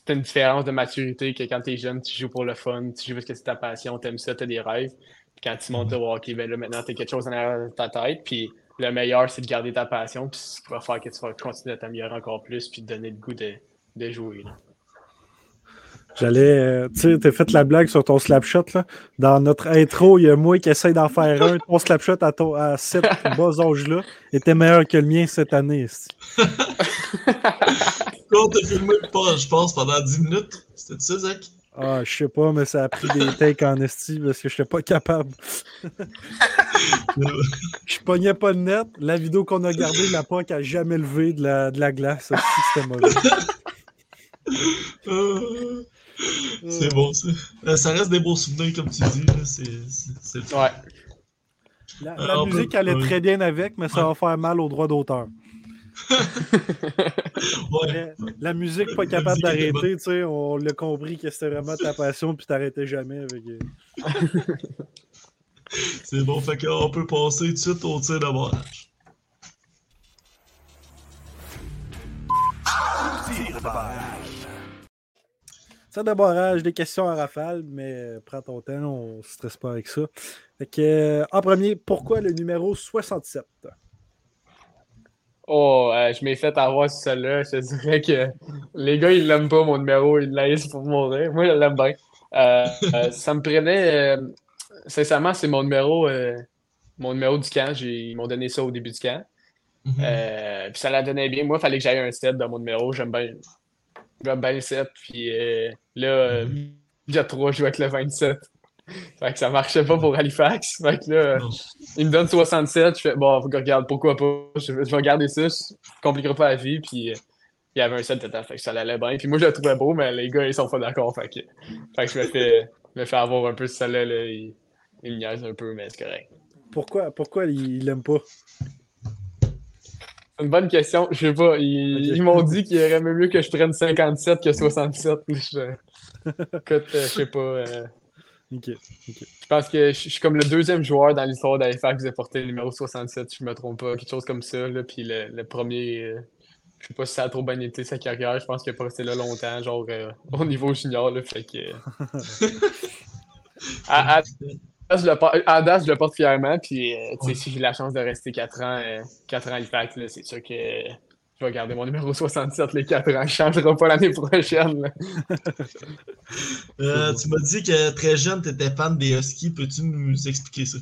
t'as une différence de maturité que quand t'es jeune, tu joues pour le fun, tu joues parce que c'est ta passion, t'aimes ça, t'as des rêves. Puis quand tu montes au hockey, ben là, maintenant, t'as quelque chose en arrière de ta tête. Puis le meilleur, c'est de garder ta passion. Puis ce qui va faire que tu vas continuer à t'améliorer encore plus. Puis te donner le goût de, de jouer. Là. J'allais. Euh, tu sais, t'as fait la blague sur ton slapshot, là. Dans notre intro, il y a moi qui essaye d'en faire un. Ton slapshot à, ton, à cette bas âge-là était meilleur que le mien cette année. Quand t'as filmé, je pense, pendant dix minutes. C'était ça, Zach? Ah, je sais pas, mais ça a pris des takes en esti parce que je n'étais pas capable. Je pognais pas le net. La vidéo qu'on a gardée, la P O C a jamais levé de la, de la glace. Ça, c'était mauvais. Euh, c'est bon, ça. Euh, ça reste des beaux souvenirs, comme tu dis. Là. C'est, c'est, c'est le fun. Ouais. La, la Euh, musique peut, allait ouais. très bien avec, mais ça va faire mal aux droits d'auteur. Ouais. La, la musique pas La capable musique était d'arrêter, tu sais, on l'a compris que c'était vraiment ta passion puis t'arrêtais jamais avec. C'est bon, fait qu'on peut passer tout de suite au tir de barrage. Tir de barrage. Ça de barrage, des questions à rafale, mais euh, prends ton temps, on se stresse pas avec ça. Fait que, euh, en premier, pourquoi le numéro soixante-sept? Oh, euh, je m'ai fait avoir sur celle-là. Je te dirais que les gars, ils l'aiment pas, mon numéro. Ils l'aiment pour mourir. Moi, je l'aime bien. Euh, euh, ça me prenait... Euh, sincèrement, c'est mon numéro euh, mon numéro du camp. J'ai, ils m'ont donné ça au début du camp. Mm-hmm. Euh, puis ça la donnait bien. Moi, il fallait que j'aille un set dans mon numéro. J'aime bien, j'aime bien le set. Puis euh, là, euh, Mm-hmm. il y a trois, je jouais avec le vingt-sept. Fait que ça marchait pas pour Halifax. Fait que là, Non. il me donne soixante-sept. Je fais, bon, regarde, pourquoi pas. Je, je vais garder ça. Je compliquerai pas la vie. Puis euh, il y avait un set dedans. Fait que ça allait bien. Puis moi, je le trouvais beau, mais les gars, ils sont pas d'accord. Fait que, fait que je me fais, me fais avoir un peu ce celle-là. Là, ils, ils me niaisent un peu, mais c'est correct. Pourquoi, pourquoi il l'aime pas? C'est une bonne question. Je sais pas. Ils, Ok. ils m'ont dit qu'il aurait mieux que je prenne cinquante-sept que soixante-sept. Je, écoute, euh, je sais pas. Euh, Ok, ok. je pense que je, je suis comme le deuxième joueur dans l'histoire d'Halifax qui a porté le numéro soixante-sept, si je me trompe pas. Quelque chose comme ça. Là. Puis le, le premier, euh, je sais pas si ça a trop bien été sa carrière. Je pense qu'il a pas resté là longtemps, genre euh, au niveau junior. Là, fait que. à, à, je le porte, à date, je le porte fièrement. Puis euh, tu sais, Ouais. si j'ai la chance de rester quatre ans, euh, quatre ans à Halifax, là, c'est sûr que euh, je vais garder mon numéro soixante-sept les quatre ans. Il changera pas l'année prochaine. Là. Euh, tu m'as dit que très jeune, tu étais fan des Huskies. Peux-tu nous expliquer ça?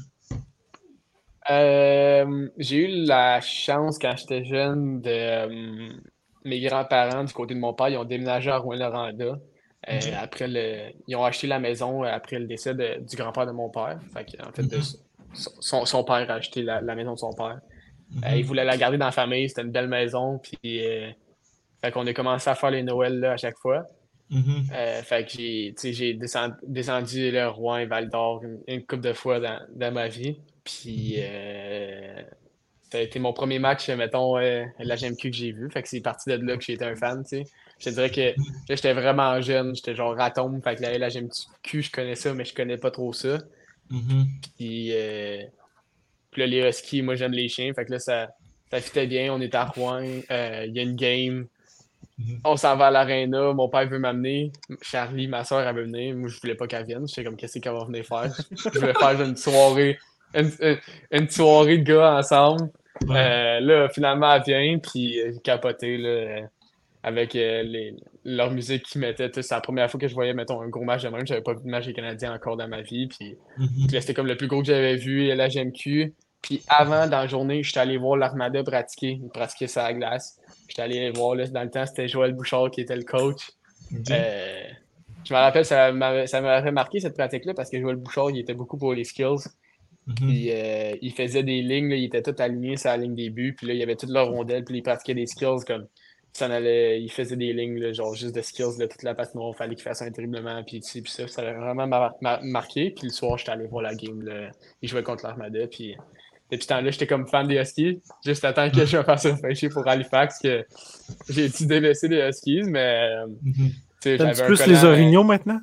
Euh, j'ai eu la chance quand j'étais jeune de euh, mes grands-parents du côté de mon père, ils ont déménagé à Rouyn-Noranda. Euh, Ok. après le, ils ont acheté la maison après le décès de- du grand-père de mon père. Fait que, en fait, de- Mhm. son, son père a acheté la, la maison de son père. Mhm. Euh, il voulait la garder dans la famille, c'était une belle maison. Puis, euh, fait qu'on a commencé à faire les Noëls là, à chaque fois. Mhm. Euh, fait que j'ai, tu sais, j'ai descendu, descendu le Rouen, Val d'Or une, une couple de fois dans, dans ma vie. Puis euh, ça a été mon premier match, mettons, euh, à la G M Q que j'ai vu. Fait que c'est parti de là que j'ai été un fan, tu sais. Je te dirais que là, j'étais vraiment jeune, j'étais genre atome. Fait que la, la G M Q, je connais ça, mais je connais pas trop ça. Mhm. Puis, euh, puis là, les Huskies, moi j'aime les chiens. Fait que là, ça, ça fitait bien. On est à Rouen, euh, il y a une game. Mhm. On s'en va à l'aréna, mon père veut m'amener. Charlie, ma soeur, elle veut venir. Moi, je voulais pas qu'elle vienne. J'étais comme, qu'est-ce qu'elle va venir faire? Je voulais faire une soirée, une, une, une soirée de gars ensemble. Ouais. Euh, là, finalement, elle vient, puis euh, j'ai capoté là, euh, avec euh, les, leur musique qu'ils mettaient. C'est la première fois que je voyais, mettons, un gros match de même. J'avais pas vu de match des Canadiens encore dans ma vie. Puis Mhm. puis là, c'était comme le plus gros que j'avais vu à la G M Q. Puis avant, dans la journée, j'étais allé voir l'Armada pratiquer. Il pratiquait ça à la glace. J'étais allé les voir. Là, dans le temps, c'était Joël Bouchard qui était le coach. Ok. Euh, je me rappelle, ça m'avait, ça m'avait marqué cette pratique-là parce que Joël Bouchard, il était beaucoup pour les skills. Mhm. Puis euh, il faisait des lignes, là, il était tout aligné sur la ligne des buts. Puis là, il y avait toute leur rondelle. Puis il pratiquait des skills comme ça en allait. Il faisait des lignes, là, genre juste de skills, là, toute la patinoire. Il fallait qu'il fasse un dribblement. Puis, puis ça, ça avait vraiment mar- mar- marqué. Puis le soir, j'étais allé voir la game. Là. Il jouait contre l'Armada. Puis depuis ce temps-là, j'étais comme fan des Huskies. Juste à temps que je me fasse repêcher pour Halifax, que j'ai dû délaisser les Huskies. Mais euh, Mhm. tu sais, T'aimes-tu j'avais un plus collant, les orignaux maintenant?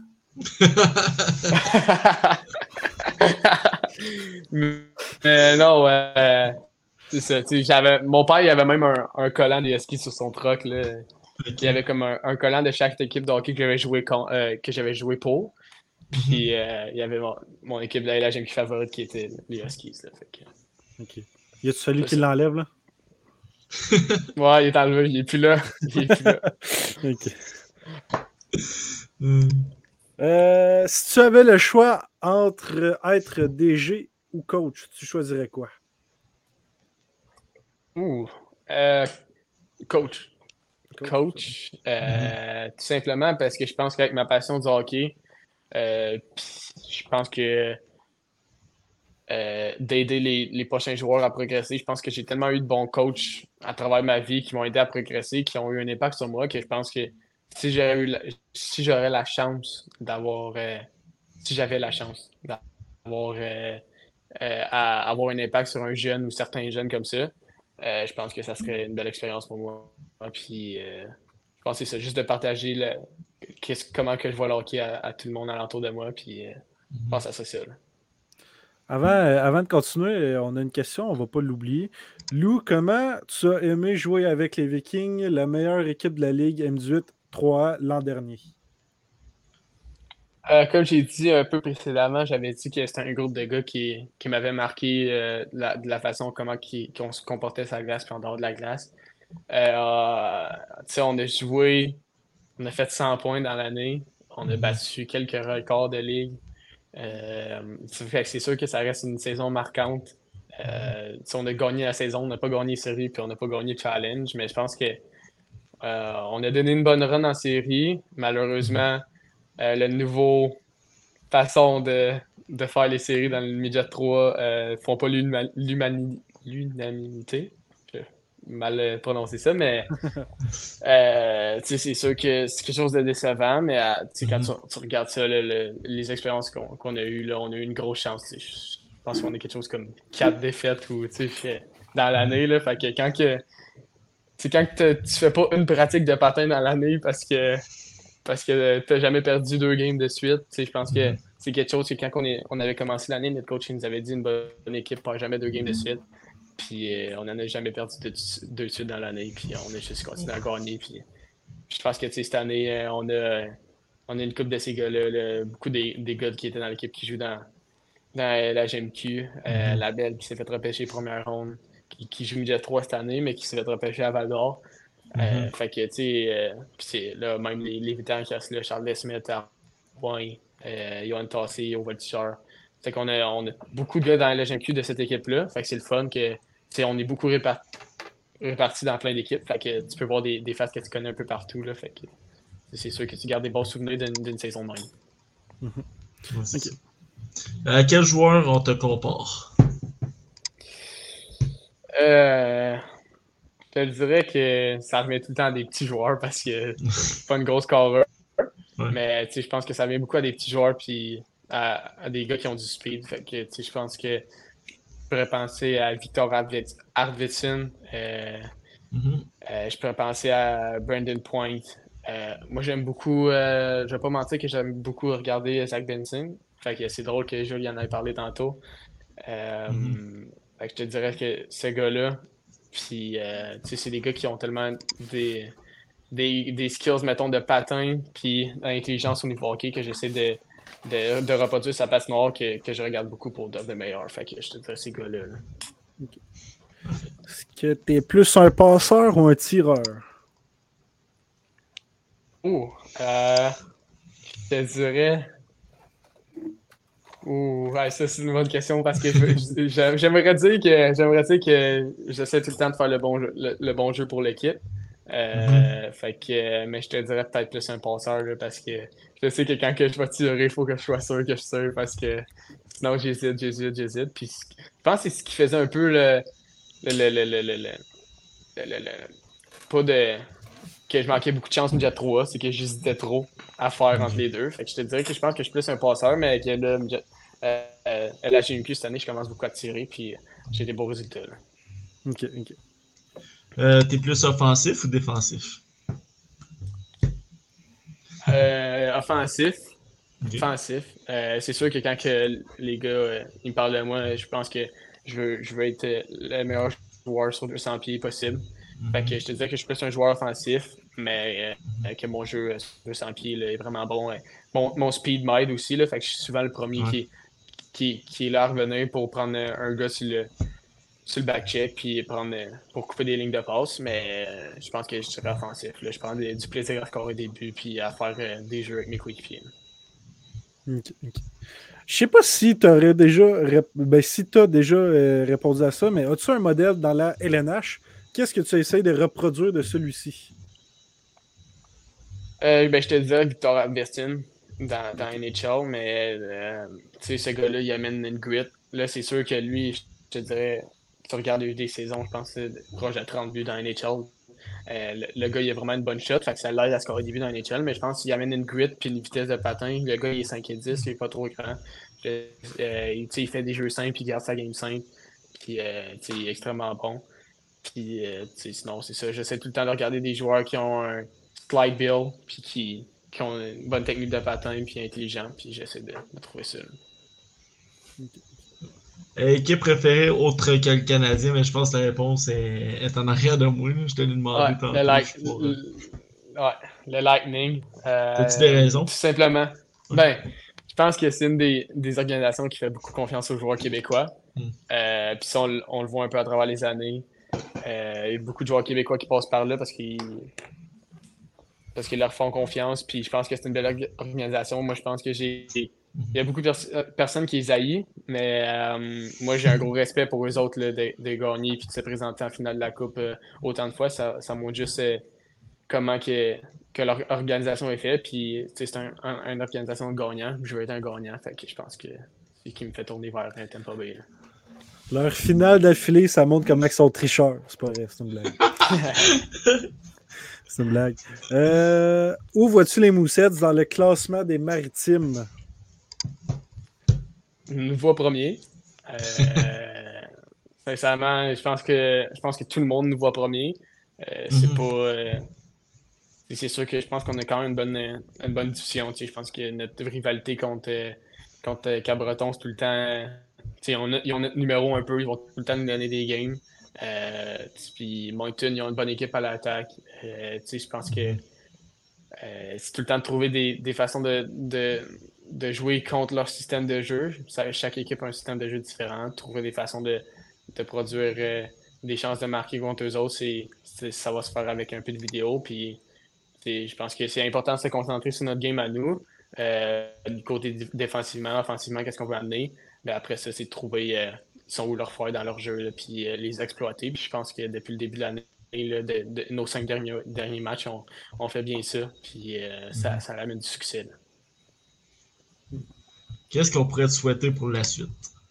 Mais non, ouais. C'est ça. Tu sais, j'avais... Mon père, il avait même un, un collant des Huskies sur son truck. Là. Ok. Il y avait comme un, un collant de chaque équipe de hockey que j'avais joué, con- euh, que j'avais joué pour. Puis euh, il y avait mon, mon équipe de la L H M Q favorite qui était les Huskies. Là, fait que... Ok. Y a-tu celui C'est qui ça. l'enlève, là? Ouais, il est enlevé, il est plus là. Il est plus là. Ok. Hmm. Euh, si tu avais le choix entre être D G ou coach, tu choisirais quoi? Ouh. Euh, coach. Coach. Coach. euh, Tout simplement parce que je pense qu'avec ma passion du hockey, euh, pis je pense que euh, d'aider les, les prochains joueurs à progresser, je pense que j'ai tellement eu de bons coachs à travers ma vie qui m'ont aidé à progresser, qui ont eu un impact sur moi, que je pense que si j'aurais eu la, si j'aurais la chance d'avoir euh, si j'avais la chance d'avoir euh, euh, à avoir un impact sur un jeune ou certains jeunes comme ça, euh, je pense que ça serait une belle expérience pour moi. Puis euh, je pense que c'est ça, juste de partager le, qu'est-ce- comment que je vois le hockey à, à tout le monde alentour de moi. Puis euh, je pense que ça serait ça. Là. Avant, euh, avant de continuer, euh, on a une question, on va pas l'oublier. Lou, comment tu as aimé jouer avec les Vikings, la meilleure équipe de la Ligue M dix-huit trois A l'an dernier? Euh, comme j'ai dit un peu précédemment, j'avais dit que c'était un groupe de gars qui, qui m'avait marqué euh, de, la, de la façon comment qui, qu'on se comportait sur la glace puis en dehors de la glace. Euh, tu sais, on a joué, on a fait cent points dans l'année, on a battu quelques records de ligue. Euh, ça fait que c'est sûr que ça reste une saison marquante. Euh, tu sais, on a gagné la saison, on n'a pas gagné série puis on n'a pas gagné challenge, mais je pense que euh, on a donné une bonne run en série. Malheureusement, euh, le nouveau façon de, de faire les séries dans le Midget trois euh, font pas l'unima- l'humani- l'unanimité. J'ai mal euh, prononcé ça, mais euh, tu sais, c'est sûr que c'est quelque chose de décevant, mais euh, tu sais, quand tu, tu regardes ça, là, le- les expériences qu'on qu'on a eues, là, on a eu une grosse chance. Tu sais. Je pense qu'on a quelque chose comme quatre défaites ou, tu sais, fait- dans l'année. Là, fait que quand que, tu sais, quand que tu fais pas une pratique de patin dans l'année parce que parce que tu n'as jamais perdu deux games de suite. Tu sais, je pense que c'est quelque chose que quand on, est, on avait commencé l'année, notre coach il nous avait dit une bonne équipe perd jamais deux games de suite. Puis euh, on n'en a jamais perdu deux, deux de suite dans l'année. Puis on a juste continué à gagner. Puis je pense que tu sais, cette année, euh, on a, on a une couple de ces gars-là. Là, beaucoup des, des gars qui étaient dans l'équipe qui jouent dans, dans la G M Q. Euh, La Belle qui s'est fait repêcher première ronde, qui, qui joue Midget trois cette année, mais qui s'est fait repêcher à Val d'Or. Euh, fait que, tu sais, euh, pis c'est là, même les, les vétérans qui restent là, Charles Desmith, Point, euh, Johan Tassé, au Voltigeur. Fait qu'on a, on a beaucoup de gars dans la G M Q de cette équipe-là. Fait que c'est le fun que, tu sais, on est beaucoup répar- répartis dans plein d'équipes. Fait que tu peux voir des, des faces que tu connais un peu partout, là. Fait que c'est sûr que tu gardes des bons souvenirs d'une, d'une saison de même. Ouais, c'est ça. À quel joueur on te compare? Euh, je te dirais que ça revient tout le temps à des petits joueurs parce que c'est pas une grosse cover. Ouais. Mais tu sais, je pense que ça vient beaucoup à des petits joueurs puis à, à des gars qui ont du speed. Fait que tu sais, je pense que je pourrais penser à Victor Arvids- Arvidsson. Euh, Mhm. euh, je pourrais penser à Brandon Point. Euh, moi, j'aime beaucoup, euh, je vais pas mentir que j'aime beaucoup regarder Zach Benson. Fait que c'est drôle que Jules en ait parlé tantôt. Euh, Mhm. Fait que je te dirais que ce gars-là, puis euh, tu sais, c'est des gars qui ont tellement des, des, des skills, mettons, de patin, puis d'intelligence au niveau hockey que j'essaie de, de, de reproduire sa passe noire que, que je regarde beaucoup pour devenir meilleur. Fait que je te dirais ces gars-là. là. Est-ce que tu es plus un passeur ou un tireur? Ouh, euh, je te dirais. Ouh, ouais, ça c'est une bonne question parce que je- je- j'aimerais dire que j'aimerais dire que j'essaie tout le temps de faire le bon jeu, le, le bon jeu pour l'équipe. Euh, fait que, mais je te dirais peut-être plus un passeur là, parce que je sais que quand que je vais tirer, il faut que je sois sûr que je tire parce que sinon j'hésite, j'hésite, j'hésite. Puis je pense que c'est ce qui faisait un peu le, le, le, le, le, le, le- le- le- le- pas de que je manquais beaucoup de chance Midget trois A, c'est que j'hésitais trop à faire entre les deux. Fait que je te dirais que je pense que je suis plus un passeur, mais que là, Midget- euh, euh, à la G M Q cette année, je commence beaucoup à tirer, puis j'ai des beaux résultats. Là. Ok, ok. Euh, t'es plus offensif ou défensif? Euh, offensif. Ok. Offensif. Euh, c'est sûr que quand que les gars euh, ils me parlent de moi, je pense que je veux, je veux être euh, le meilleur joueur sur deux cents pieds possible. Fait que je te dirais que je suis plus un joueur offensif. mais euh, que mon jeu sur cent pieds là, est vraiment bon. Euh, mon, mon speed m'aide aussi, là, fait que je suis souvent le premier Ouais. qui, qui, qui est là à revenir pour prendre un, un gars sur le, sur le back-check puis prendre, euh, pour couper des lignes de passe, mais euh, je pense que je serai offensif. Là. Je prends des- du plaisir à scorer des buts puis à faire euh, des jeux avec mes coéquipiers. Ok, ok. Je sais pas si tu aurais déjà rép- ben, si tu as déjà euh, répondu à ça, mais as-tu un modèle dans la L N H? Qu'est-ce que tu essaies de reproduire de celui-ci? Euh, ben, je te disais Victor Albertin dans, dans N H L, mais euh, tu sais, ce gars-là, il amène une grit. Là, c'est sûr que lui, je te dirais, tu regardes des saisons, je pense, euh, proche de trente buts dans N H L. Euh, le, le gars, il a vraiment une bonne shot, fait que ça l'aide à scorer des buts dans N H L, mais je pense qu'il amène une grit puis une vitesse de patin. Le gars, il est cinq et dix, il est pas trop grand. Euh, il, tu sais, il fait des jeux simples, puis il garde sa game simple. Puis, euh, tu sais, il est extrêmement bon. Puis, euh, tu sais, sinon, c'est ça. J'essaie tout le temps de regarder des joueurs qui ont un slide build, puis qui, qui ont une bonne technique de patin, puis intelligent, puis j'essaie de, de trouver ça. Euh, équipe préférée autre que le Canadien, mais je pense que la réponse est, est en arrière de moi. Là. Je te l'ai demandé Ouais, tantôt. le, light, pour, le, ouais, le Lightning. Euh, T'as-tu des raisons? Tout simplement. Ben, je pense que c'est une des, des organisations qui fait beaucoup confiance aux joueurs québécois. Mm. Euh, puis ça, on, on le voit un peu à travers les années. Euh, il y a beaucoup de joueurs québécois qui passent par là parce qu'ils parce qu'ils leur font confiance. Puis je pense que c'est une belle orga- organisation. Moi, je pense que j'ai. Il y a beaucoup de pers- euh, personnes qui les haïssent, mais euh, moi, j'ai un gros respect pour eux autres là, de, de gagner puis de se présenter en finale de la Coupe euh, autant de fois. Ça, ça montre juste euh, comment que, que leur organisation est faite. Puis, tu sais, c'est un, un- une organisation de gagnant. Je veux être un gagnant. Fait que je pense que c'est ce qui me fait tourner vers euh, Tampa Bay. là. Leur finale d'affilée, ça montre comment ils sont tricheurs. C'est pas vrai, c'est une blague. C'est une blague. Euh, où vois-tu les Moussets dans le classement des maritimes? Nous voit premier. Euh, sincèrement, je pense que je pense que tout le monde nous voit premier. Euh, c'est Mhm. pas. euh, c'est sûr que je pense qu'on a quand même une bonne, une bonne discussion. Tu sais, je pense que notre rivalité contre, euh, contre euh, Cap-Breton, c'est tout le temps. Tu sais, on a, ils ont notre numéro un peu, ils vont tout le temps nous donner des games. Euh, puis Moncton, ils ont une bonne équipe à l'attaque. Euh, tu sais, je pense que euh, c'est tout le temps de trouver des, des façons de, de, de jouer contre leur système de jeu. Ça, chaque équipe a un système de jeu différent. Trouver des façons de, de produire euh, des chances de marquer contre eux autres, c'est, c'est- ça va se faire avec un peu de vidéo. Puis c'est- je pense que c'est important de se concentrer sur notre game à nous. Euh, du côté d- défensivement, offensivement, qu'est-ce qu'on veut amener. Mais après ça, c'est de trouver euh, ils sont où leurs failles dans leur jeu, là, puis euh, les exploiter. Puis je pense que depuis le début de l'année, là, de, de- nos cinq derniers, derniers matchs, on, on fait bien ça. Puis euh, ça, ça ramène du succès. là. Qu'est-ce qu'on pourrait te souhaiter pour la suite?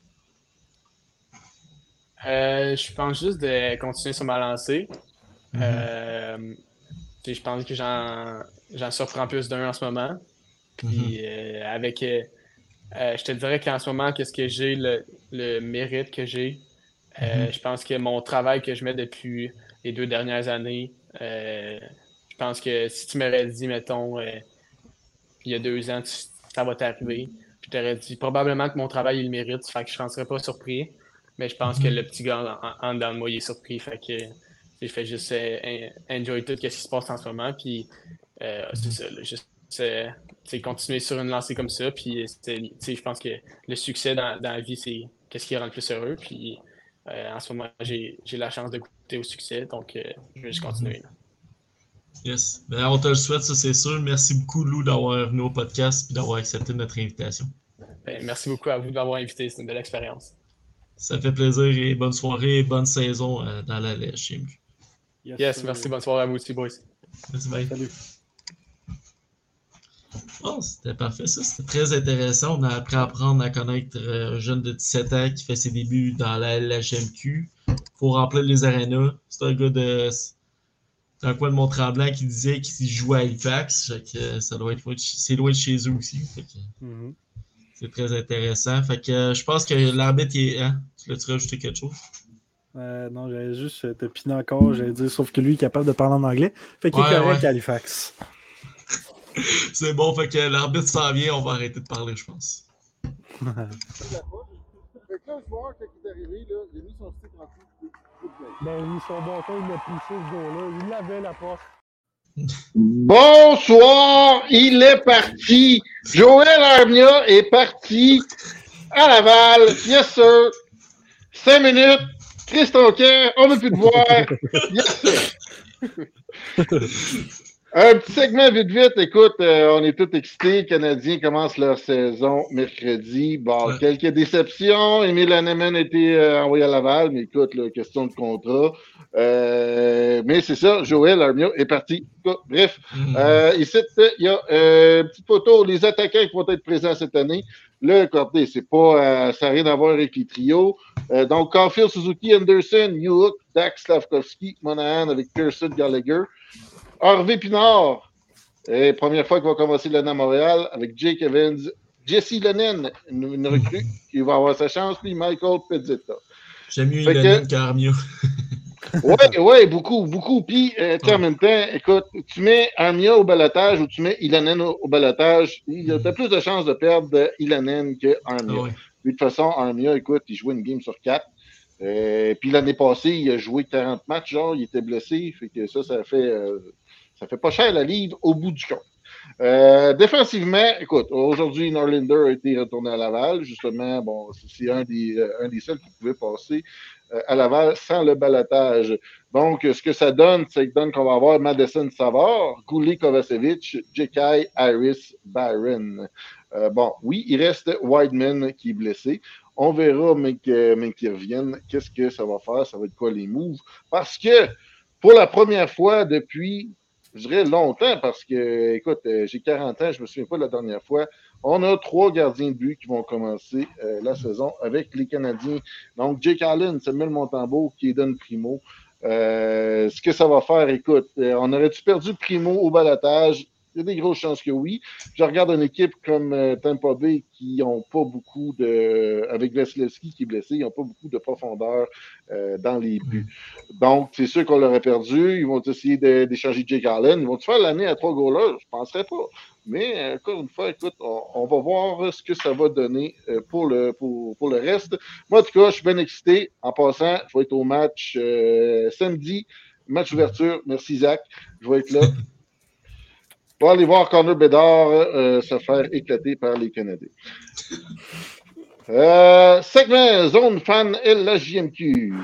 Euh, je pense juste de continuer sur ma lancée. Mhm. Euh, tu sais, je pense que j'en, j'en surprends plus d'un en ce moment. Puis euh, avec, euh, euh, je te dirais qu'en ce moment, qu'est-ce que j'ai, le, le mérite que j'ai, euh, Mhm. je pense que mon travail que je mets depuis les deux dernières années, euh, je pense que si tu m'aurais dit, mettons, euh, il y a deux ans, tu- ça va t'arriver, je t'aurais dit probablement que mon travail, il le mérite, fait que je ne serais pas surpris. Mais je pense que le petit gars en, en dedans de moi, il est surpris. Fait que je fais juste euh, en- enjoy tout ce qui se passe en ce moment. Puis euh, c'est ça, là, juste euh, tu sais, continuer sur une lancée comme ça. Puis c'est- tu sais, je pense que le succès dans, dans la vie, c'est qu'est-ce qui rend le plus heureux. Puis euh, en ce moment, j'ai j'ai la chance de goûter au succès. Donc euh, je vais juste continuer. là. Yes. Ben, on te le souhaite, ça c'est sûr. Merci beaucoup, Lou, d'avoir venu au podcast et d'avoir accepté notre invitation. Ben, merci beaucoup à vous de m'avoir invité. C'est une belle expérience. Ça fait plaisir et bonne soirée et bonne saison euh, dans la L H M Q. Yes, Yes, sir. merci. Bonne soirée à vous aussi, boys. Merci, bye. Salut. Oh, c'était parfait, ça. C'était très intéressant. On a appris à apprendre à connaître euh, un jeune de dix-sept ans qui fait ses débuts dans la L H M Q. Faut remplir les arénas. C'est un gars de. C'est un coin de Mont-Tremblant qui disait qu'il joue à Halifax. Fait que euh, ça doit être loin de ch- c'est loin de chez eux aussi. Fait que Mhm. c'est très intéressant. Fait que euh, je pense que l'arbitre il est. Hein? Tu l'as-tu rajouté quelque chose? Euh, non, j'allais juste euh, te piner encore, j'allais dire, sauf que lui est capable de parler en anglais. Fait qu'il est Ouais, correct ouais. à Halifax. C'est bon, fait que l'arbitre s'en vient, on va arrêter de parler, je pense. Fait que là, le joueur, quand il est arrivé, là, il a mis son stick en dessous du coup de play. Ben oui, son bâton, il l'a poussé ce gars-là. Il l'avait la porte. Bonsoir, il est parti. Joël Armia est parti à Laval. Yes, sir. Cinq minutes. Tristan Camp, on ne veut plus te voir. Yes, sir. Un petit segment vite vite. Écoute, euh, on est tous excités. Les Canadiens commencent leur saison mercredi. Bon, Ouais. quelques déceptions. Émile Hanneman a été euh, envoyé à Laval, mais écoute, là, question de contrat. Euh, mais c'est ça, Joël Armia est parti. Bref, Mm. euh, ici, il y a euh, une petite photo, les attaquants qui vont être présents cette année. Là, écoutez, c'est pas, euh, ça n'a rien à voir avec les trios. Euh, donc, Caulfield, Suzuki, Anderson, Newhook, Dax, Slavkovski, Monahan avec Pearson, Gallagher. Harvey Pinard, euh, première fois qu'il va commencer l'année à Montréal avec Jake Evans, Jesse Lennon, une, une recrue qui va avoir sa chance, puis Michael Pezzetta. J'aime mieux Fait que- Ilonen qu'Armia. Ouais, ouais, beaucoup, beaucoup. Puis, euh, tu sais, en même temps, écoute, tu mets Armia au balotage ou tu mets Ilonen au, au balotage, tu as plus de chances de perdre Ilonen que Armia. Ah ouais. Puis, de toute façon, Armia, écoute, il jouait une game sur quatre. Euh, puis l'année passée, il a joué quarante matchs, genre, il était blessé. Fait que ça, ça fait, euh, ça fait pas cher la livre au bout du compte. Euh, défensivement, écoute, aujourd'hui, Norlinder a été retourné à Laval. Justement, bon, c'est un des, euh, un des seuls qui pouvait passer euh, à Laval sans le balotage. Donc, ce que ça donne, c'est que donne qu'on va avoir Madison Savard, Goulet Kovacevic, J K, Harris, Byron. Euh, bon, oui, il reste Wideman qui est blessé. On verra, mais qu'il revienne, qu'est-ce que ça va faire, ça va être quoi les moves. Parce que, pour la première fois depuis, je dirais longtemps, parce que, écoute, euh, j'ai quarante ans, je me souviens pas de la dernière fois, on a trois gardiens de but qui vont commencer euh, la saison avec les Canadiens. Donc, Jake Allen, Samuel Montembeault, qui est donne Primo. Euh, ce que ça va faire, écoute, euh, on aurait-tu perdu Primo au balotage? Il y a des grosses chances que oui. Je regarde une équipe comme euh, Tampa Bay qui n'ont pas beaucoup de... Avec Vasilevski qui est blessé, ils n'ont pas beaucoup de profondeur euh, dans les buts. Donc, c'est sûr qu'on l'aurait perdu. Ils vont essayer de- d'échanger Jake Allen. Ils vont-tu faire l'année à trois goalers? Je ne penserais pas. Mais, euh, encore une fois, écoute, on, on va voir ce que ça va donner euh, pour, le, pour, pour le reste. Moi, en tout cas, je suis bien excité. En passant, il faut être au match euh, samedi. Match ouverture. Merci, Zach. Je vais être là. On va aller voir Connor Bedard euh, se faire éclater par les Canadiens. Euh, segment Zone Fan L la J M Q.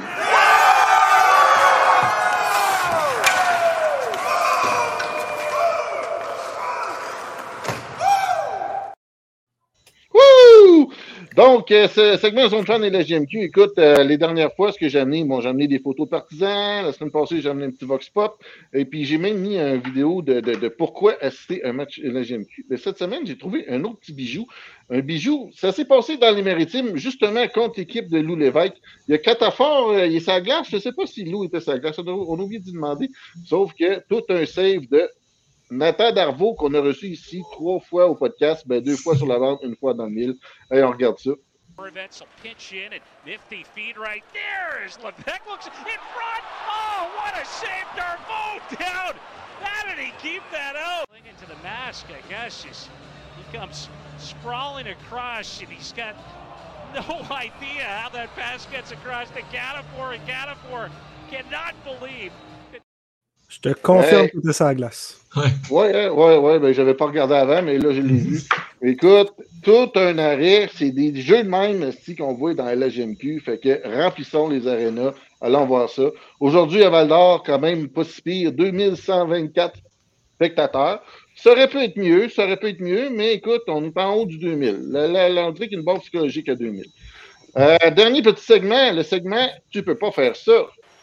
Wouh! Donc, euh, ce segment Zone Fan et la J M Q, écoute, euh, les dernières fois, ce que j'ai amené, bon, j'ai amené des photos de partisans. La semaine passée, j'ai amené un petit Vox Pop. Et puis, j'ai même mis une vidéo de, de, de pourquoi assister à un match de la J M Q. Mais cette semaine, j'ai trouvé un autre petit bijou. Un bijou, ça s'est passé dans les Maritimes, justement, contre l'équipe de Lou Lévesque. Il y a Catafort, euh, il est sur la glace. Je ne sais pas si Lou était sur la glace. On a, on a oublié d'y demander. Sauf que tout un save de Nathan Darvaux, qu'on a reçu ici trois fois au podcast, ben deux fois sur la vente, une fois dans le mille. Allez, on regarde ça. Events will pitch in and nifty feed right there as Levesque looks in front. Oh, what a save! Darvo down. How did he keep that out? Into the mask, I guess. He's, he comes sprawling across and he's got no idea how that pass gets across to Catafor, and Catafor cannot believe. Je te confirme Hey. que c'était sur la glace. Ouais. Ouais, hein, ouais, ouais, ben j'avais pas regardé avant, mais là, je l'ai vu. Écoute, tout un arrêt, c'est des jeux de même esti, qu'on voit dans la G M Q, fait que remplissons les arénas, allons voir ça. Aujourd'hui, à Val-d'Or, quand même, pas si pire, deux mille cent vingt-quatre spectateurs. Ça aurait pu être mieux, ça aurait pu être mieux, mais écoute, on est en haut du deux mille. Là, là, là, on dirait qu'il y a une base psychologique à deux mille. Euh, dernier petit segment, le segment « Tu peux pas faire ça ».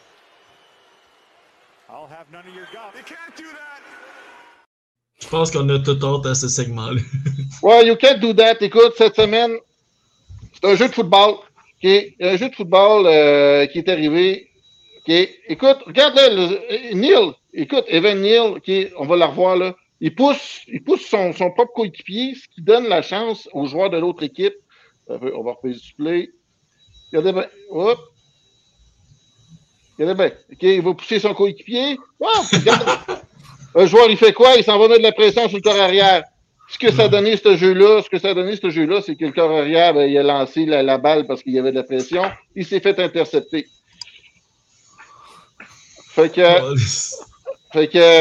I'll have none of your golf. You can't do that. Je pense qu'on a tout hâte à ce segment-là. Ouais, you can't do that. Écoute, cette semaine, c'est un jeu de football. Okay? Un jeu de football euh, qui est arrivé. Okay? Écoute, regarde là, le, Neil. Écoute, Evan Neil, okay, on va la revoir là. Il pousse, il pousse son, son propre coéquipier, ce qui donne la chance aux joueurs de l'autre équipe. On va repérer du play. Regardez bien. Hop. Regardez bien. OK, il va pousser son coéquipier. Wow, regarde. Un joueur, il fait quoi? Il s'en va mettre de la pression sur le corps arrière. Ce que ça a donné, ce jeu-là, ce que ça a donné, ce jeu-là, c'est que le corps arrière, ben, il a lancé la, la balle parce qu'il y avait de la pression. Il s'est fait intercepter. Fait que, fait que,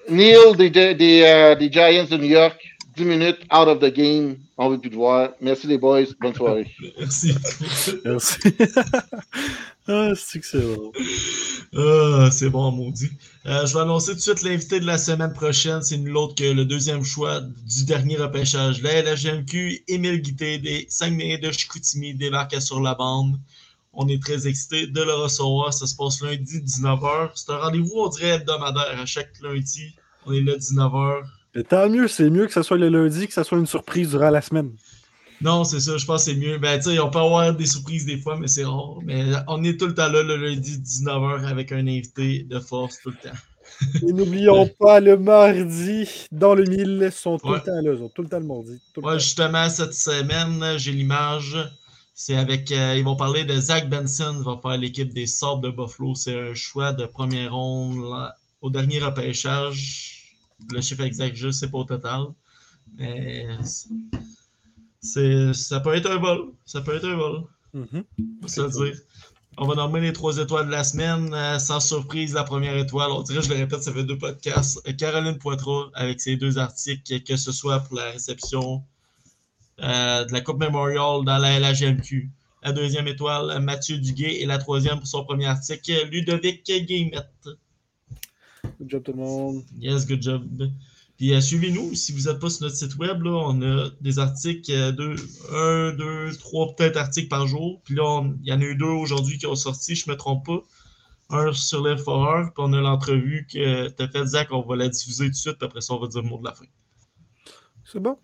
Neil des, des, euh, des Giants de New York, dix minutes out of the game. On ne veut plus te voir. Merci les boys. Bonne soirée. Merci. Merci. Ah, c'est que c'est bon. Ah, c'est bon, maudit. Euh, je vais annoncer tout de suite l'invité de la semaine prochaine. C'est nul autre que le deuxième choix du dernier repêchage. La L H M Q, Émile Guité des Saguenay de Chicoutimi débarque sur la bande. On est très excités de le recevoir. Ça se passe lundi, dix-neuf heures. C'est un rendez-vous, on dirait, hebdomadaire. À chaque lundi, on est là, dix-neuf heures. Et tant mieux, c'est mieux que ce soit le lundi, que ce soit une surprise durant la semaine. Non, c'est ça, je pense que c'est mieux. Ben, tu sais, on peut avoir des surprises des fois, mais c'est rare. Mais on est tout le temps là, le lundi, dix-neuf heures, avec un invité de force tout le temps. Et n'oublions pas, le mardi, dans le mille, ils sont tout Ouais. le temps là, ils ont tout le temps le mardi. Tout le Ouais, temps. justement, cette semaine, j'ai l'image. C'est avec. Euh, ils vont parler de Zach Benson, qui va faire l'équipe des Sabres de Buffalo. C'est un choix de première ronde là, au dernier repêchage. Le chiffre exact, je ne sais pas au total. Mais c'est, ça peut être un vol. Ça peut être un vol. Mhm. On va se le dire. On va nommer les trois étoiles de la semaine. Euh, sans surprise, la première étoile. On dirait, je le répète, ça fait deux podcasts. Euh, Caroline Poitras, avec ses deux articles, que ce soit pour la réception euh, de la Coupe Memorial dans la L H M Q. La deuxième étoile, Mathieu Duguay. Et la troisième, pour son premier article, Ludovic Guillemette. Good job tout le monde. Yes, good job. Puis euh, suivez-nous, si vous n'êtes pas sur notre site web, là, on a des articles, euh, deux, un, deux, trois peut-être articles par jour. Puis là, il y en a eu deux aujourd'hui qui ont sorti, je ne me trompe pas. Un sur les foreurs, puis on a l'entrevue que tu as fait, Zach, on va la diffuser tout de suite, puis après ça, on va dire le mot de la fin. C'est bon.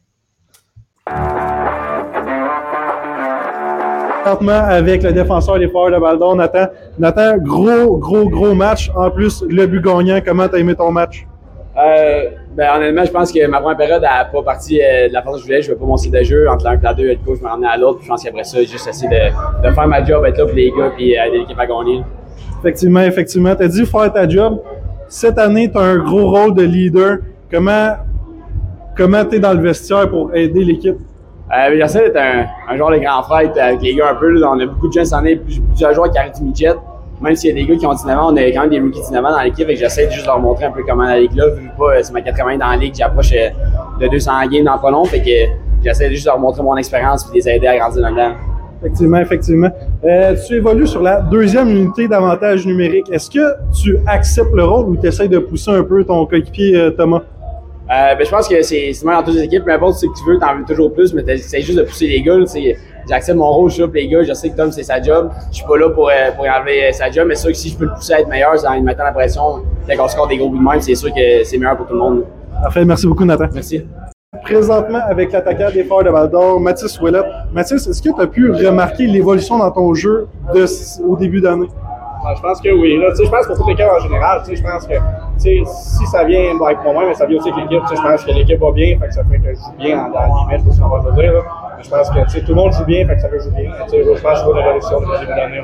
Avec le défenseur des Foreurs de Val-d'Or, Nathan. Nathan, gros, gros, gros match. En plus, le but gagnant. Comment t'as aimé ton match? Euh, ben, honnêtement, je pense que ma première période n'a pas parti euh, de la façon que je voulais. Je ne vais pas mon style de jeu. Entre l'un et la deux, le coach me ramenait à l'autre. Je pense qu'après ça, juste essayer de, de faire ma job, être là pour les gars et aider l'équipe à gagner. Effectivement, effectivement. Tu as dit faire ta job. Cette année, tu as un gros rôle de leader. Comment comment tu es dans le vestiaire pour aider l'équipe? Euh, J'essaie d'être un, un joueur de grand frère avec les gars un peu. Là, on a beaucoup de jeunes cette année, plusieurs joueurs qui arrêtent midget. Même s'il y a des gars qui ont dix-neuf ans, on a quand même des rookies de dix-neuf ans dans l'équipe et j'essaie de juste leur montrer un peu comment la ligue là. Vu pas, c'est ma quatre-vingts dans la ligue, j'approche de deux cents games dans pas long, fait que j'essaie juste de leur montrer mon expérience et de les aider à grandir là-dedans. Effectivement, effectivement. Euh, tu évolues sur la deuxième unité d'avantage numérique. Est-ce que tu acceptes le rôle ou tu essaies de pousser un peu ton coéquipier euh, Thomas? Euh, ben, je pense que c'est c'est même dans toutes les équipes, peu importe ce que tu veux, t'en veux toujours plus, mais t'essaies juste de pousser les gars. J'accepte mon rôle, je suis là pour les gars, je sais que Tom c'est sa job. Je suis pas là pour, euh, pour enlever sa job, mais c'est sûr que si je peux le pousser à être meilleur, en lui mettant la pression, dès qu'on score des gros buts de même, c'est sûr que c'est meilleur pour tout le monde. Parfait, merci beaucoup Nathan. Merci. Présentement, avec l'attaquant des Foreurs de Val-d'Or, Mathis Ouellet. Mathis, est-ce que tu as pu remarquer l'évolution dans ton jeu de, au début d'année? Ben, je pense que oui. Là, je pense pour toute l'équipe en général, je pense que si ça vient avec moi-même, mais ça vient aussi avec l'équipe. Je pense que l'équipe va bien, fait que ça fait que je joue bien en dans les matchs, c'est ce qu'on va dire. Là. Je pense que tout le monde joue bien, fait que ça peut jouer bien. Je pense que je vois l'évolution depuis le début de l'année.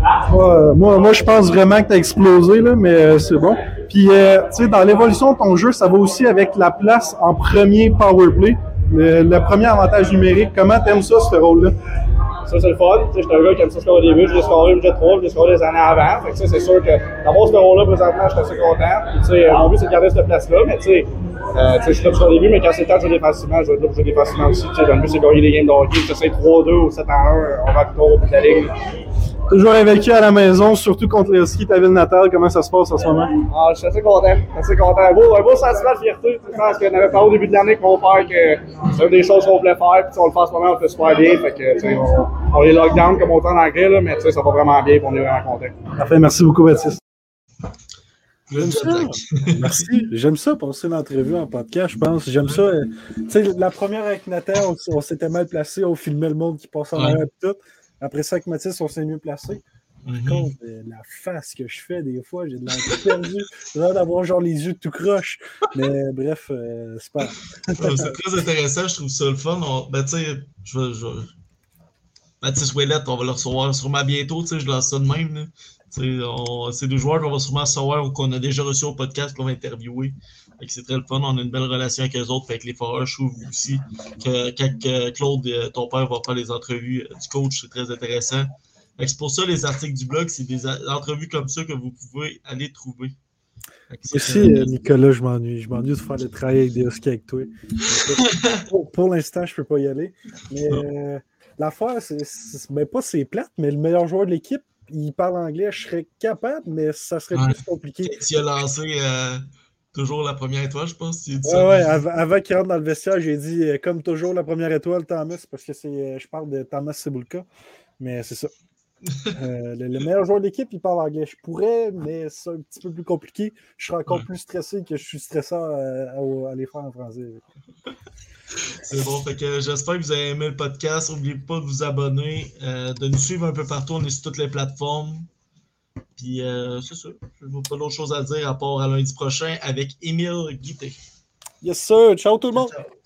Moi, moi, moi, je pense vraiment que tu as explosé, là, mais euh, c'est bon. Puis, euh, tu sais, dans l'évolution de ton jeu, ça va aussi avec la place en premier powerplay, le, le premier avantage numérique. Comment tu aimes ça, ce rôle-là? Ça, c'est le fun. Je suis un gars qui aime ça scorer des buts. Je l'ai scoré, je l'ai trois, je l'ai scoré des années avant. Fait que ça, c'est sûr que d'avoir ce rôle-là, présentement, je suis assez content. Puis, tu sais, mon but, c'est de garder cette place-là. Mais, tu sais, euh, je suis là pour scorer des buts, mais quand c'est le temps de jouer défensivement, je vais être là pour jouer défensivement aussi. Tu sais, le but, c'est de gagner des games de hockey. Que c'est trois deux ou sept à un, on va plutôt au bout de la ligne. Toujours invaincu à la maison, surtout contre les Huskies, ta ville natale. Comment ça se passe en ce moment? Ah, je suis assez content. assez content. Un beau, un beau sentiment de fierté. Je pense qu'on avait parlé au début de l'année qu'on perd que c'est une des choses qu'on voulait faire. Puis on le fait en ce moment, on le fait super bien. Fait que, tu sais, on, on les lockdown comme on dit en anglais, là, mais tu sais, ça va vraiment bien et on est vraiment content. Parfait, merci beaucoup, Baptiste. J'aime ça. Merci. J'aime ça, passer l'entrevue en podcast, je pense. J'aime ça. Tu sais, la première avec Nathan, on, on s'était mal placé, on filmait le monde qui passe en arrière et tout. Après ça, avec Mathis, on s'est mieux placé. Par mm-hmm. contre, euh, la face que je fais, des fois, j'ai de l'air perdu. J'ai l'air d'avoir genre les yeux tout croches. Mais bref, euh, c'est pas. C'est très intéressant, je trouve ça le fun. On, ben, tu sais, je vais. Je... Mathis Ouellet, on va le recevoir sûrement bientôt, tu sais, je lance ça de même. On, c'est deux joueurs qu'on va sûrement recevoir ou qu'on a déjà reçus au podcast qu'on va interviewer. Fait que c'est très le fun, on a une belle relation avec eux autres. Fait que les Foreurs, je trouve aussi que quand Claude, ton père, va faire les entrevues du coach, c'est très intéressant. Fait que c'est pour ça les articles du blog, c'est des entrevues comme ça que vous pouvez aller trouver. Aussi, euh, Nicolas, je m'ennuie. Je m'ennuie de faire le travail avec des Huskies avec toi. pour pour l'instant, je ne peux pas y aller. Mais euh, l'affaire, c'est, c'est ben, pas c'est plate, mais le meilleur joueur de l'équipe, il parle anglais, je serais capable, mais ça serait Ouais. plus compliqué. Tu as lancé euh, toujours la première étoile, je pense. Tu as dit Ouais, ça. ouais, av- avant qu'il rentre dans le vestiaire, j'ai dit, euh, comme toujours, la première étoile, Thomas, parce que c'est, euh, je parle de Thomas Cebulka. Mais c'est ça. Euh, le, le meilleur joueur de l'équipe, il parle anglais. Je pourrais, mais c'est un petit peu plus compliqué. Je serais encore Ouais. plus stressé que je suis stressant à, à- à les faire en français. C'est bon, fait que j'espère que vous avez aimé le podcast. N'oubliez pas de vous abonner, euh, de nous suivre un peu partout. On est sur toutes les plateformes. Puis euh, c'est ça. Je n'ai pas d'autre chose à dire à part à lundi prochain avec Émile Guité. Yes, sir. Ciao tout le monde. Ciao.